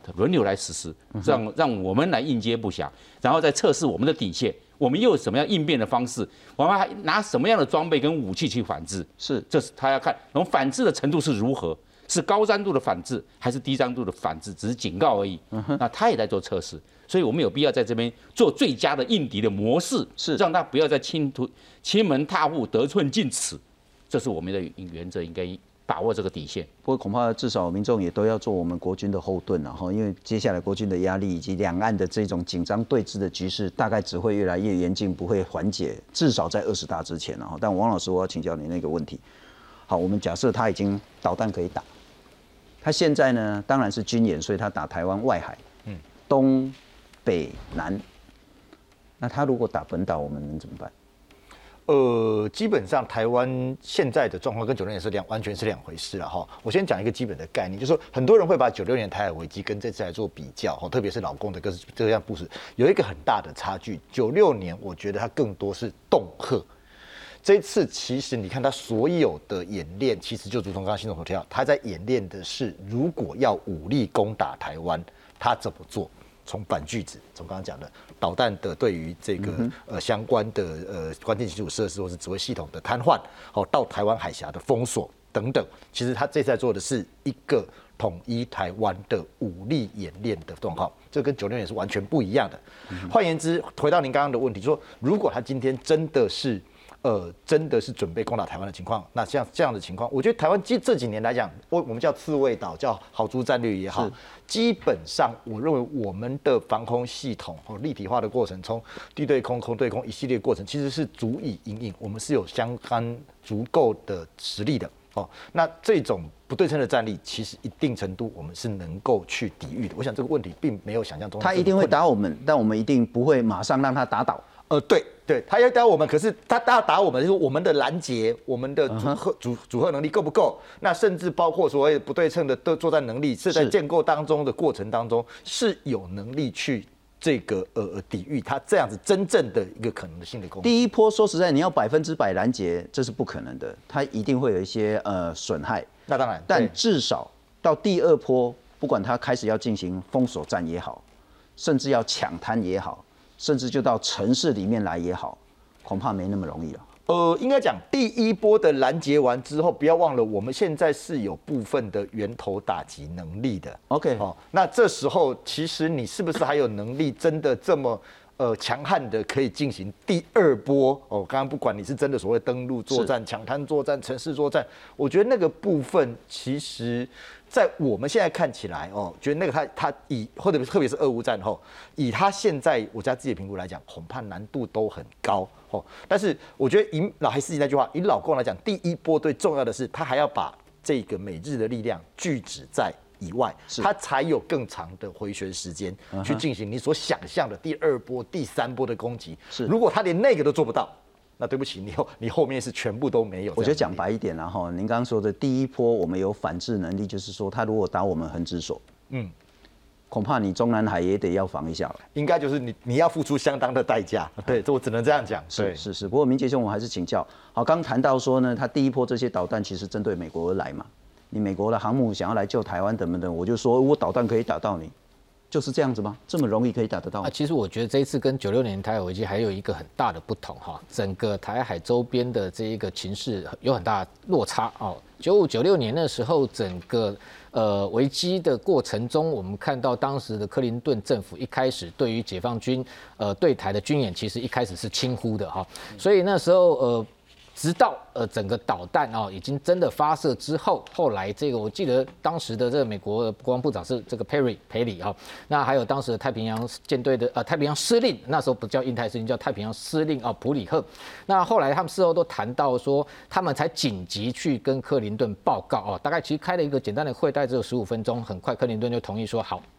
轮流来实施，让让我们来应接不暇，然后再测试我们的底线。我们又有什么样应变的方式？我们还拿什么样的装备跟武器去反制？ 是， 这是他要看，然后反制的程度是如何，是高张度的反制还是低张度的反制？只是警告而已。那他也在做测试，所以我们有必要在这边做最佳的应敌的模式， 是让他不要再侵突、侵门踏户、得寸进尺。这是我们的原则，应该把握这个底线。 不过恐怕至少民众也都要做我们国军的后盾了哈，因为接下来国军的压力以及两岸的这种紧张对峙的局势，大概只会越来越严峻，不会缓解，至少在二十大之前了哈。但王老师，我要请教你那个问题。好，我们假设他已经导弹可以打，他现在呢当然是军演，所以他打台湾外海，嗯，东北南。那他如果打本岛，我们能怎么办？ 呃，基本上台湾现在的状况跟九六年是两完全是两回事了哈。我先讲一个基本的概念，就是说很多人会把九六年台海危机跟这次来做比较哈，特别是老共的跟这样部署有一个很大的差距。九六年我觉得它更多是恫吓，这一次其实你看他所有的演练，其实就如同刚刚新总所提到，他在演练的是如果要武力攻打台湾，他怎么做？从反拒止，从刚刚讲的导弹的对于这个呃相关的呃关键基础设施或是指挥系统的瘫痪，好到台湾海峡的封锁等等，其实他这次在做的是一个统一台湾的武力演练的状况，这跟九六年是完全不一样的。换言之，回到您刚刚的问题，说如果他今天真的是呃，真的是准备攻打台湾的情况，那像这样的情况，我觉得台湾这这几年来讲，我我们叫刺猬岛，叫豪猪战略也好，基本上我认为我们的防空系统和立体化的过程，从地对空、空对空一系列过程，其实是足以因应，我们是有相当足够的实力的哦。那这种不对称的战力，其实一定程度我们是能够去抵御的。我想这个问题并没有想象中， 他一定会打我们，但我们一定不会马上让他打倒。 呃，对对，他要打我们，可是他要打我们，就是我们的拦截、我们的组合、组组合能力够不够？那甚至包括所谓不对称的作战能力，是在建构当中的过程当中是有能力去这个呃抵御它这样子真正的一个可能性的攻击。 第一波说实在，你要百分之百拦截，这是不可能的，它一定会有一些呃损害。 那当然， 但至少到第二波，不管它开始要进行封锁战也好，甚至要抢滩也好。甚至就到城市里面来也好，恐怕没那么容易了。 呃，应该讲第一波的拦截完之后，不要忘了我们现在是有部分的源头打击能力的。 OK， 哦，那这时候其实你是不是还有能力真的这么呃强悍的可以进行第二波？哦，刚刚不管你是真的所谓登陆作战、抢滩作战、城市作战，我觉得那个部分其实。在我们现在看起来，哦，觉得那个他他以或者特别是俄乌战后，以他现在我家自己的评估来讲，恐怕难度都很高哦。但是我觉得以老还是那句话，以老共来讲，第一波最重要的是，他还要把这个美日的力量拒止在以外，他才有更长的回旋时间去进行你所想象的第二波、第三波的攻击。是，如果他连那个都做不到。那对不起，你后你后面是全部都没有。 我觉得讲白一点啦哈，您刚刚说的第一波我们有反制能力，就是说他如果打我们横指手，嗯，恐怕你中南海也得要防一下了。 应该就是你你要付出相当的代价。对，这我只能这样讲。 是是是，不过明杰兄，我还是请教。好，刚谈到说呢，他第一波这些导弹其实针对美国而来嘛，你美国的航母想要来救台湾等等，我就说我导弹可以打到你。就是这样子吗？这么容易可以打得到吗？ 啊，其实我觉得这一次跟九六年台海危机还有一个很大的不同哈，整个台海周边的这一个情势有很大的落差哦。九五九六年那时候，整个呃危机的过程中，我们看到当时的克林顿政府一开始对于解放军呃对台的军演，其实一开始是轻忽的哈，所以那时候呃。直到呃整个导弹啊、哦、已经真的发射之后，后来这个我记得当时的这个美国国防部长是这个 Perry 裴里哈，那还有当时的太平洋舰队的呃太平洋司令，那时候不叫印太司令，叫太平洋司令啊普里赫。那后来他们事后都谈到说，他们才紧急去跟克林顿报告哦，大概其实开了一个简单的会，大概只有十五分钟，很快克林顿就同意说好。马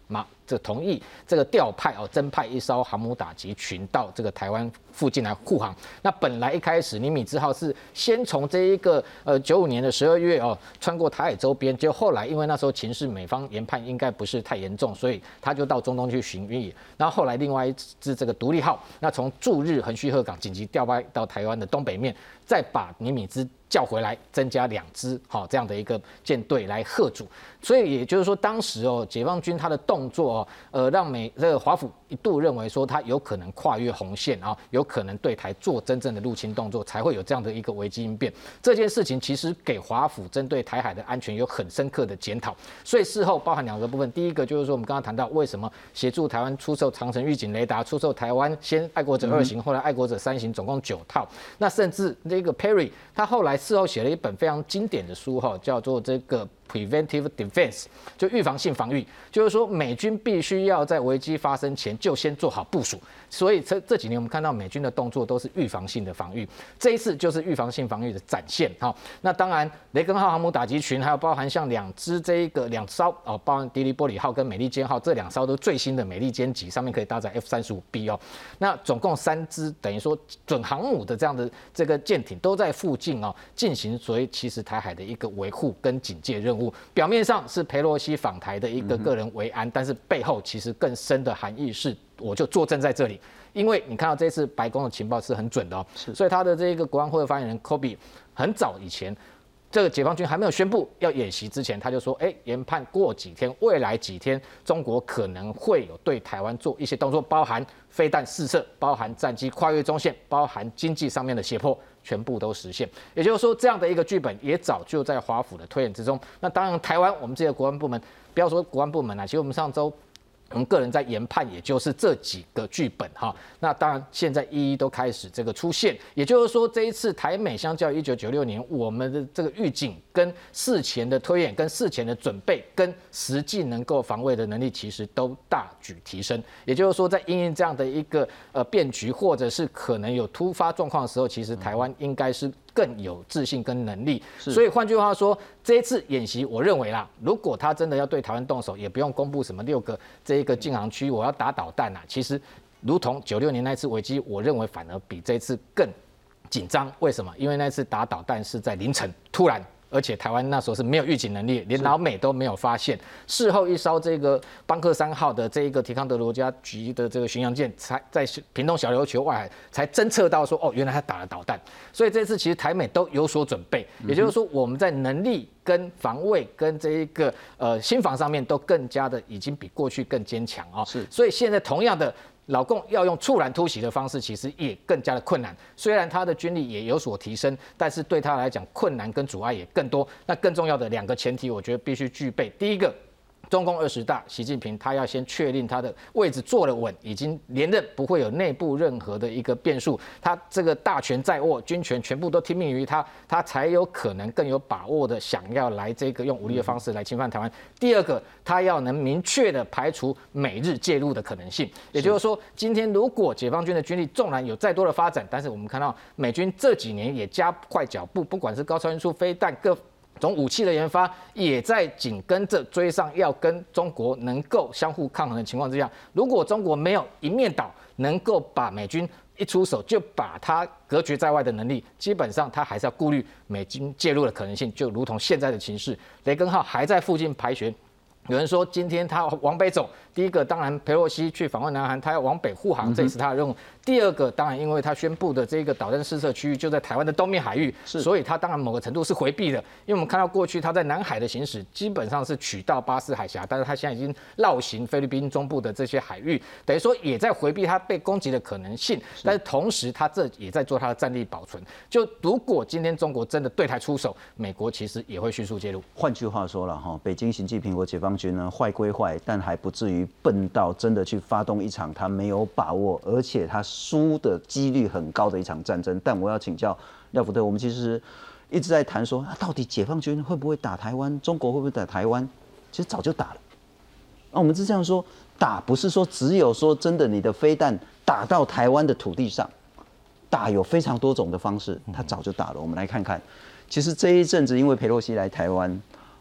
这同意这个调派哦，增派一艘航母打击群到这个台湾附近来护航。那本来一开始尼米兹号是先从这一个呃九五年的十二月哦穿过台海周边，就后来因为那时候情势美方研判应该不是太严重，所以他就到中东去巡弋。然后后来另外一支这个独立号，那从驻日横须贺港紧急调派到台湾的东北面，再把尼米兹叫回来，增加两支好这样的一个舰队来吓阻。所以也就是说，当时哦，解放军他的动作哦，呃，让美这个华府一度认为说他有可能跨越红线啊，有可能对台做真正的入侵动作，才会有这样的一个危机应变。这件事情其实给华府针对台海的安全有很深刻的检讨。所以事后包含两个部分，第一个就是说我们刚刚谈到为什么协助台湾出售长程预警雷达，出售台湾先爱国者二型，后来爱国者三型，总共九套。那甚至这个 Perry 他后来事后写了一本非常经典的书哈，叫做这个 Preventive Defense， 就预防性防御，就是说美军必须要在危机发生前就先做好部署。所以这这几年我们看到美军的动作都是预防性的防御，这一次就是预防性防御的展现。好，那当然雷根号航母打击群，还有包含像两支这一个两艘哦，包含迪利波里号跟美利坚号这两艘都最新的美利坚级，上面可以搭载 F 三十五 B 哦。那总共三支等于说准航母的这样的这个舰艇都在附近哦进行所谓其实台海的一个维护跟警戒任务。表面上是裴洛西访台的一个个人维安，但是背后其实更深的含义是，我就坐镇在这里。因为你看到这次白宫的情报是很准的哦，所以他的这个国安会的发言人 Kobe 很早以前，这个解放军还没有宣布要演习之前，他就说，哎，研判过几天，未来几天，中国可能会有对台湾做一些动作，包含飞弹试射，包含战机跨越中线，包含经济上面的胁迫。全部都实现，也就是说，这样的一个剧本也早就在华府的推演之中。那当然，台湾我们这些国安部门，不要说国安部门啦，其实我们上周我们个人在研判，也就是这几个剧本哈。那当然，现在一一都开始这个出现，也就是说，这一次台美相较一九九六年，我们的这个预警跟事前的推演、跟事前的准备、跟实际能够防卫的能力，其实都大举提升。也就是说，在因应这样的一个呃变局，或者是可能有突发状况的时候，其实台湾应该是更有自信跟能力。所以换句话说，这一次演习，我认为啦，如果他真的要对台湾动手，也不用公布什么六个这一个禁航区，我要打导弹啊。其实，如同九六年那次危机，我认为反而比这一次更紧张。为什么？因为那次打导弹是在凌晨突然。而且台湾那时候是没有预警能力，连老美都没有发现。事后一艘这个邦克三号的这一个提康德罗加级的这个巡洋舰，才在屏东小琉球外海才侦测到说，哦，原来他打了导弹。所以这次其实台美都有所准备，也就是说我们在能力跟防卫跟这一个呃心防上面都更加的已经比过去更坚强啊。是，所以现在同样的。老共要用猝然突袭的方式，其实也更加的困难。虽然他的军力也有所提升，但是对他来讲，困难跟阻碍也更多。那更重要的两个前提，我觉得必须具备。第一个，中共二十大，习近平他要先确定他的位置坐得稳，已经连任，不会有内部任何的一个变数。他这个大权在握，军权全部都听命于他，他才有可能更有把握的想要来这个用武力的方式来侵犯台湾。第二个，他要能明确的排除美日介入的可能性。也就是说，今天如果解放军的军力纵然有再多的发展，但是我们看到美军这几年也加快脚步，不管是高超音速飞弹各。种武器的研发也在紧跟着追上，要跟中国能够相互抗衡的情况之下，如果中国没有一面倒，能够把美军一出手就把它隔绝在外的能力，基本上他还是要顾虑美军介入的可能性，就如同现在的情势，雷根号还在附近盘旋。有人说今天他往北走，第一个当然裴洛西去访问南韩，他要往北护航，这也是他的任务。第二个当然因为他宣布的这个导弹试射区域就在台湾的东面海域，所以他当然某个程度是回避的。因为我们看到过去他在南海的行驶基本上是取到巴士海峡，但是他现在已经绕行菲律宾中部的这些海域，等于说也在回避他被攻击的可能性。但是同时他这也在做他的战力保存。就如果今天中国真的对台出手，美国其实也会迅速介入。 换句话说了哈，北京习近平和解放军呢，坏归坏，但还不至于笨到真的去发动一场他没有把握，而且他输的几率很高的一场战争。但我要请教廖福特，我们其实一直在谈说，啊、到底解放军会不会打台湾？中国会不会打台湾？其实早就打了。那我们是这样说，打不是说只有说真的你的飞弹打到台湾的土地上，打有非常多种的方式，他早就打了。我们来看看，其实这一阵子因为裴洛西来台湾。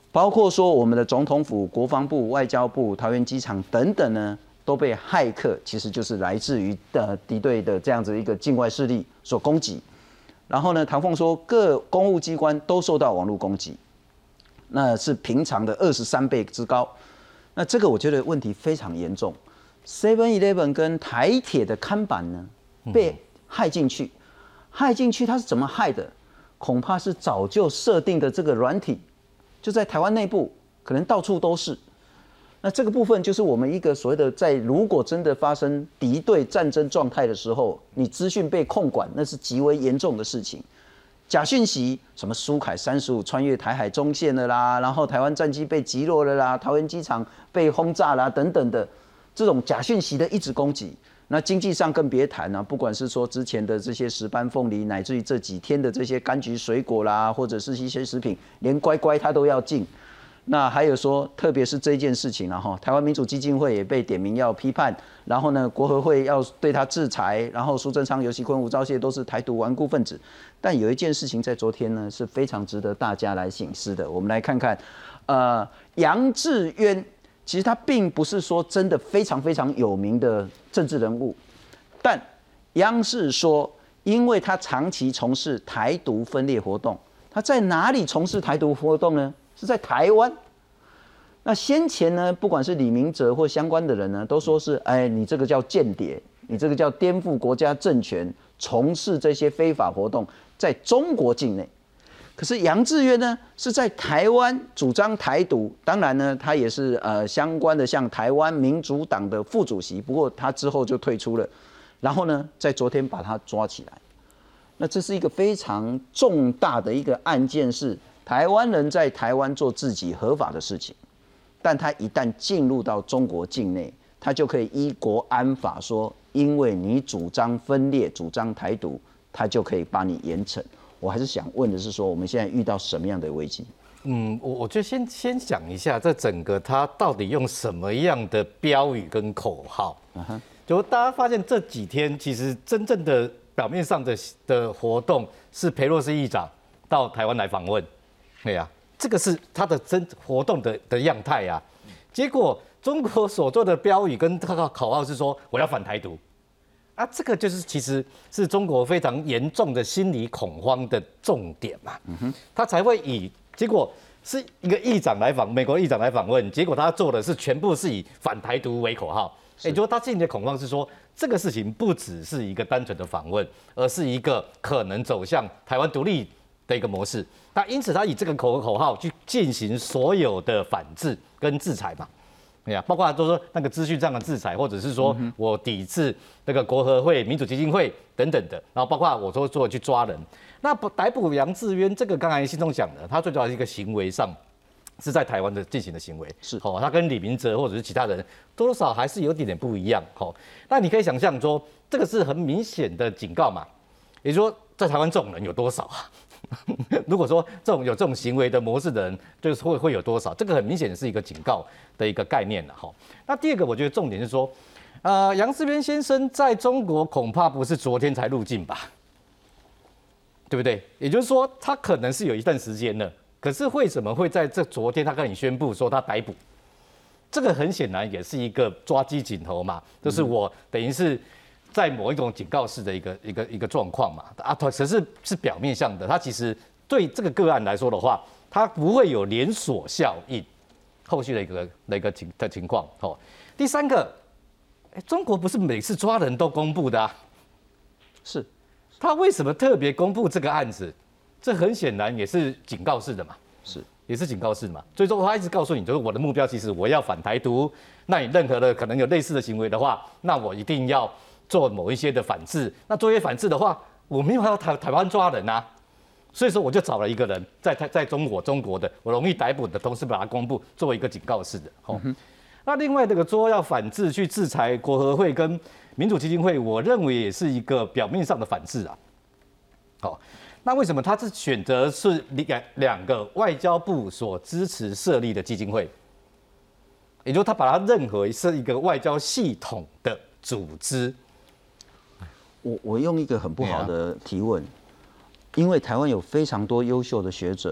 包括说我们的总统府、国防部、外交部、桃园机场等等呢，都被骇客，其实就是来自于呃敌对的这样子一个境外势力所攻击。然后呢，唐凤说各公务机关都受到网络攻击，那是平常的二十三倍之高。那这个我觉得问题非常严重。Seven Eleven 跟台铁的看板呢被害进去，害进去它是怎么害的？恐怕是早就设定的这个软体，就在台湾内部，可能到处都是。那这个部分就是我们一个所谓的，在如果真的发生敌对战争状态的时候，你资讯被控管，那是极为严重的事情。假讯息，什么苏凯三十五穿越台海中线了啦，然后台湾战机被击落了啦，桃园机场被轰炸啦等等的，这种假讯息的一直攻击。那经济上更别谈啊，不管是说之前的这些石斑凤梨，乃至于这几天的这些柑橘水果啦，或者是一些食品，连乖乖它都要禁。那还有说，特别是这件事情啊，哈，台湾民主基金会也被点名要批判，然后呢，国合会要对他制裁，然后苏贞昌、游锡堃、吴钊燮都是台独顽固分子。但有一件事情在昨天呢是非常值得大家来省思的，我们来看看，呃，杨志渊。其实他并不是说真的非常非常有名的政治人物，但央视说，因为他长期从事台独分裂活动，他在哪里从事台独活动呢？是在台湾。那先前呢，不管是李明哲或相关的人呢，都说是，哎，你这个叫间谍，你这个叫颠覆国家政权，从事这些非法活动，在中国境内。可是杨志渊呢，是在台湾主张台独，当然呢，他也是呃相关的像台湾民主党的副主席，不过他之后就退出了。然后呢，在昨天把他抓起来，那这是一个非常重大的一个案件，是台湾人在台湾做自己合法的事情，但他一旦进入到中国境内，他就可以依国安法说，因为你主张分裂、主张台独，他就可以把你严惩。我还是想问的是说，我们现在遇到什么样的危机？ 嗯，我我就先先讲一下，这整个它到底用什么样的标语跟口号？Uh-huh. 就大家发现这几天，其实真正的表面上的的活动是裴洛西议长到台湾来访问，对呀、啊，这个是他的真活动的的样态啊。结果中国所做的标语跟他的口号是说我要反台独。啊，这个就是其实是中国非常严重的心理恐慌的重点嘛，嗯、他才会以结果是一个议长来访，美国议长来访问，结果他做的是全部是以反台独为口号，也就是他心里的恐慌是说，这个事情不只是一个单纯的访问，而是一个可能走向台湾独立的一个模式。那因此他以这个口口号去进行所有的反制跟制裁嘛。对呀，包括都说那个资讯上的制裁，或者是说我抵制那个国合会、民主基金会等等的，然后包括我说做去抓人。那逮捕杨志渊，这个刚才信中讲的，他最主要是一个行为上是在台湾的进行的行为，是哦，他跟李明哲或者是其他人多少还是有点点不一样，哦。那你可以想象说，这个是很明显的警告嘛，也就是说，在台湾这种人有多少啊？如果说这种有这种行为的模式的人，就是会会有多少？这个很明显是一个警告的一个概念了哈。那第二个，我觉得重点是说，呃，杨志渊先生在中国恐怕不是昨天才入境吧，对不对？也就是说，他可能是有一段时间了，可是为什么会在这昨天他跟你宣布说他逮捕？这个很显然也是一个抓鸡儆猴嘛，就是我等于是。在某一种警告式的一个一个一个状况嘛，啊，可是是表面上的，它其实对这个个案来说的话，它不会有连锁效应，后续的一个的一个情的情况。哦，第三个，哎，中国不是每次抓人都公布的啊， 是， 他为什么特别公布这个案子？这很显然也是警告式的嘛， 是， 也是警告式嘛。所以说，他一直告诉你，就是我的目标其实我要反台独，那你任何的可能有类似的行为的话，那我一定要。做某一些的反制，那做一些反制的话，我没有要台台湾抓人啊，所以说我就找了一个人在台在中国中国的，我容易逮捕的同时把它公布，作为一个警告式的。哦，嗯、那另外这个说要反制去制裁国合会跟民主基金会，我认为也是一个表面上的反制啊。好，哦，那为什么他是选择是两两个外交部所支持设立的基金会？也就是他把它认为是一个外交系统的组织。 我我用一个很不好的提问，因为台湾有非常多优秀的学者都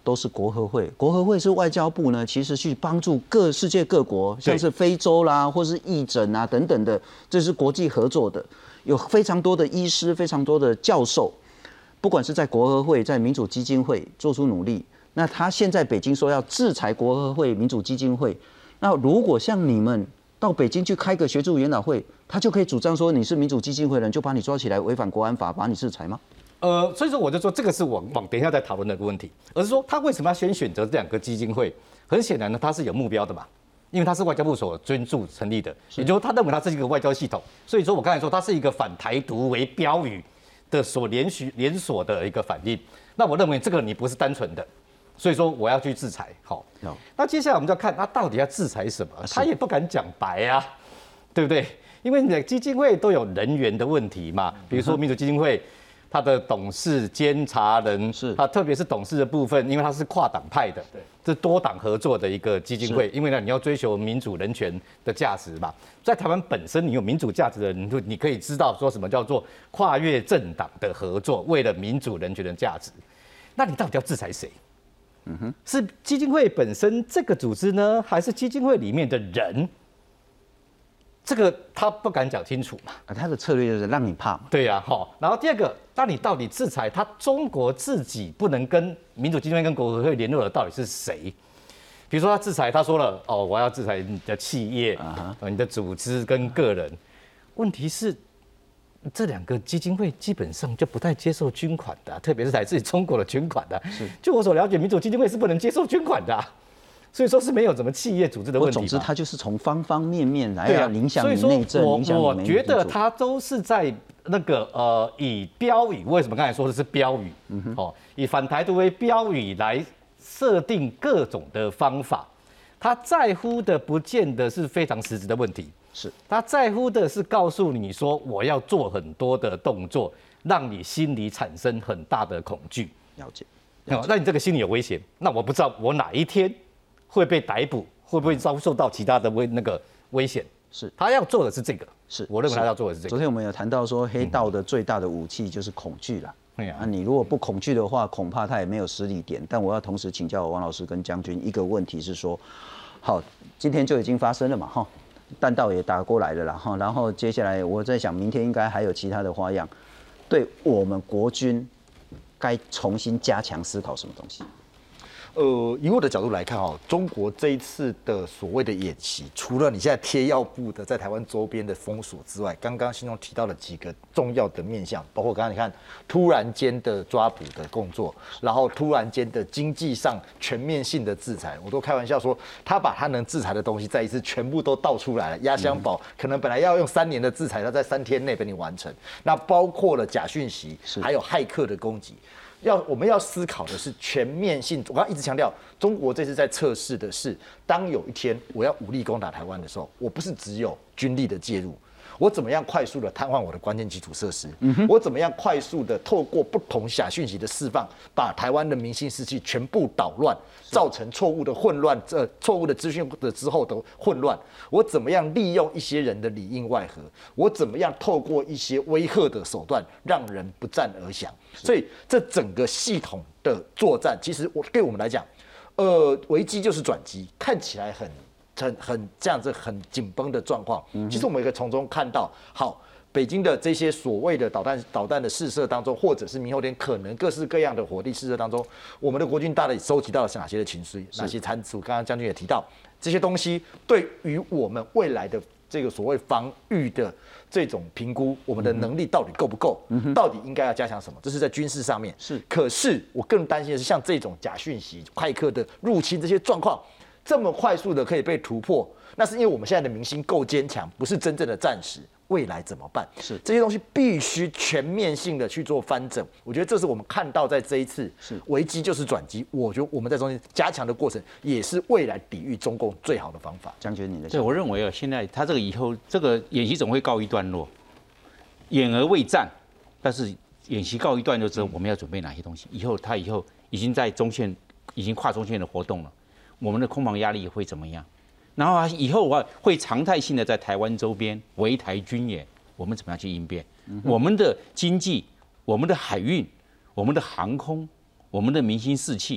都是国合会，国合会是外交部呢，其实去帮助各世界各国，像是非洲啦，或是义诊啊等等的，这是国际合作的，有非常多的医师，非常多的教授，不管是在国合会、在民主基金会做出努力。那他现在北京说要制裁国合会、民主基金会，那如果像你们到北京去开个学术研讨会，他就可以主张说你是民主基金会的人，就把你抓起来违反国安法，把你制裁吗？ 呃，所以说我就说这个是往往等一下再讨论的一个问题，而是说他为什么要先选择这两个基金会？很显然呢，他是有目标的嘛，因为他是外交部所捐助成立的，也就是他认为他是一个外交系统，所以说我刚才说它是一个反台独为标语的所连续连锁的一个反应。那我认为这个你不是单纯的，所以说我要去制裁。好，那接下来我们就要看他到底要制裁什么，他也不敢讲白啊，对不对？因为你的基金会都有人员的问题嘛，比如说民主基金会。他的董事、监察人是，他特别是董事的部分，因为他是跨党派的，这多党合作的一个基金会。因为呢，你要追求民主人权的价值嘛，在台湾本身你有民主价值的人，你可以知道说什么叫做跨越政党的合作，为了民主人权的价值。那你到底要制裁谁？嗯哼，是基金会本身这个组织呢，还是基金会里面的人？这个他不敢讲清楚嘛， 啊，他的策略就是让你怕嘛。 对呀、啊，好。然后第二个，那你到底制裁他中国自己不能跟民主基金会跟国合会联络的到底是谁？比如说他制裁，他说了，哦，我要制裁你的企业、啊、你的组织跟个人。问题是，这两个基金会基本上就不太接受捐款的、啊，特别是来自于中国的捐款的、啊。是，就我所了解，民主基金会是不能接受捐款的、啊。所以说是没有什么企业组织的问题。 总之，它就是从方方面面来要影响你内政，影响你。 我觉得它都是在那个呃以标语，为什么刚才说的是标语？嗯哼，哦，以反台独为标语来设定各种的方法。他在乎的不见得是非常实质的问题， 是他在乎的是告诉你说我要做很多的动作，让你心里产生很大的恐惧。 了解。 哦，那你这个心里有危险，那我不知道我哪一天会被逮捕，会不会遭受到其他的危那个危险？ 是他要做的是这个， 是我认为他要做的是这个。 昨天我们有谈到说，黑道的最大的武器就是恐惧啦。嗯、啊，你如果不恐惧的话，恐怕他也没有实力点。但我要同时请教王老师跟将军一个问题是说，好，今天就已经发生了嘛，哈，弹道也打过来了啦，哈，然后接下来我在想，明天应该还有其他的花样，对我们国军该重新加强思考什么东西？ 呃，以我的角度来看哦，中国这一次的所谓的演习，除了你现在贴药布的在台湾周边的封锁之外，刚刚信中提到了几个重要的面向，包括刚刚你看突然间的抓捕的工作，然后突然间的经济上全面性的制裁，我都开玩笑说，他把他能制裁的东西再一次全部都倒出来了，压箱宝、嗯、可能本来要用三年的制裁，他在三天内被你完成，那包括了假讯息，还有骇客的攻击。要我们要思考的是全面性。我刚刚一直强调，中国这次在测试的是，当有一天我要武力攻打台湾的时候，我不是只有军力的介入，我怎么样快速的瘫痪我的关键基础设施？嗯、我怎么样快速的透过不同假讯息的释放，把台湾的民心士气全部捣乱，造成错误的混乱，呃，错误的资讯的之后的混乱。我怎么样利用一些人的里应外合？我怎么样透过一些威吓的手段，让人不战而降？所以这整个系统的作战，其实我对我们来讲，呃，危机就是转机，看起来很很很这样子很紧绷的状况。其实我们也可以从中看到，好，北京的这些所谓的导弹导弹的试射当中，或者是明后天可能各式各样的火力试射当中，我们的国军大概收集到了是哪些的情绪，哪些参数？刚刚将军也提到，这些东西对于我们未来的这个所谓防御的这种评估，我们的能力到底够不够？嗯、到底应该要加强什么？这是在军事上面。是，可是我更担心的是，像这种假讯息、骇客的入侵这些状况，这么快速的可以被突破，那是因为我们现在的民心够坚强，不是真正的战时。未来怎么办？是这些东西必须全面性的去做翻整。我觉得这是我们看到在这一次危机就是转机。我觉得我们在中间加强的过程，也是未来抵御中共最好的方法。 将军，你的对我认为啊，现在他这个以后这个演习总会告一段落，演而未战，但是演习告一段落之后，我们要准备哪些东西？以后他以后已经在中线，已经跨中线的活动了，我们的空防压力会怎么样？然后啊，以后啊会常态性的在台湾周边围台军演，我们怎么样去应变？嗯、我们的经济、我们的海运、我们的航空、我们的民心士气，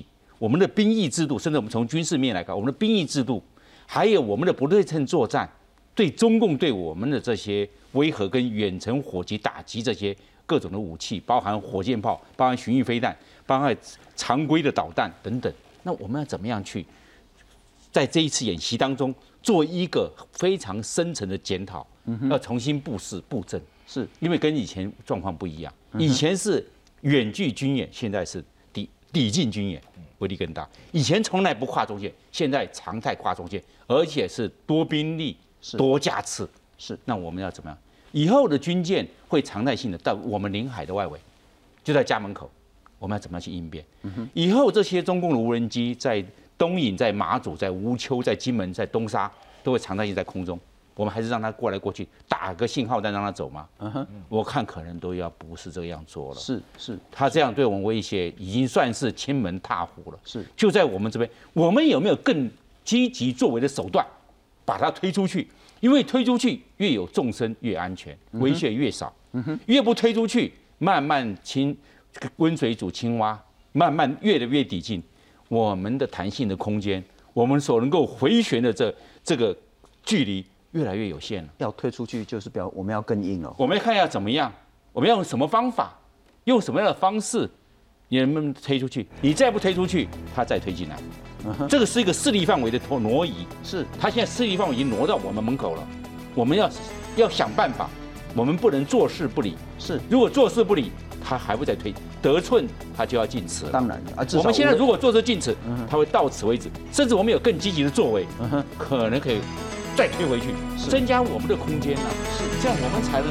我们的兵役制度，甚至我们从军事面来看，我们的兵役制度，还有我们的不对称作战，对中共对我们的这些威吓跟远程火击打击这些各种的武器，包含火箭炮，包含巡弋飞弹，包含常规的导弹等等。那我们要怎么样去在这一次演习当中做一个非常深层的检讨？要重新布势布阵， 是因为跟以前状况不一样。以前是远距军演，现在是抵抵近军演，威力更大。以前从来不跨中线，现在常态跨中线，而且是多兵力、多架次。 是， 那我们要怎么样？以后的军舰会常态性的到我们领海的外围，就在家门口，我们要怎么样去应变？以后这些中共的无人机在东引、在马祖、在乌丘、在金门、在东沙，都会常态性在空中。我们还是让他过来过去，打个信号弹让他走吗？嗯哼，我看可能都要不是这样做了。 是是， 他这样对我们威胁，已经算是亲门踏户了。 是， 就在我们这边，我们有没有更积极作为的手段，把它推出去？因为推出去越有纵深越安全，威胁越少。嗯哼，越不推出去，慢慢清温水煮青蛙，慢慢越来越抵近，我们的弹性的空间，我们所能够回旋的这这个距离。越来越有限了， 要推出去就是表我们要更硬了。 我们要看一下怎么样，我们要用什么方法，用什么样的方式，你能不能推出去？你再不推出去，它再推进来。嗯、这个是一个势力范围的挪移， 是它现在势力范围已经挪到我们门口了，我们要要想办法，我们不能坐视不理。 是， 如果坐视不理，它还会再推，得寸它就要进尺了。 当然啊， 我们现在如果坐视进尺，它会到此为止，甚至我们有更积极的作为，可能可以。再推回去，增加我们的空间啊，是这样，我们才能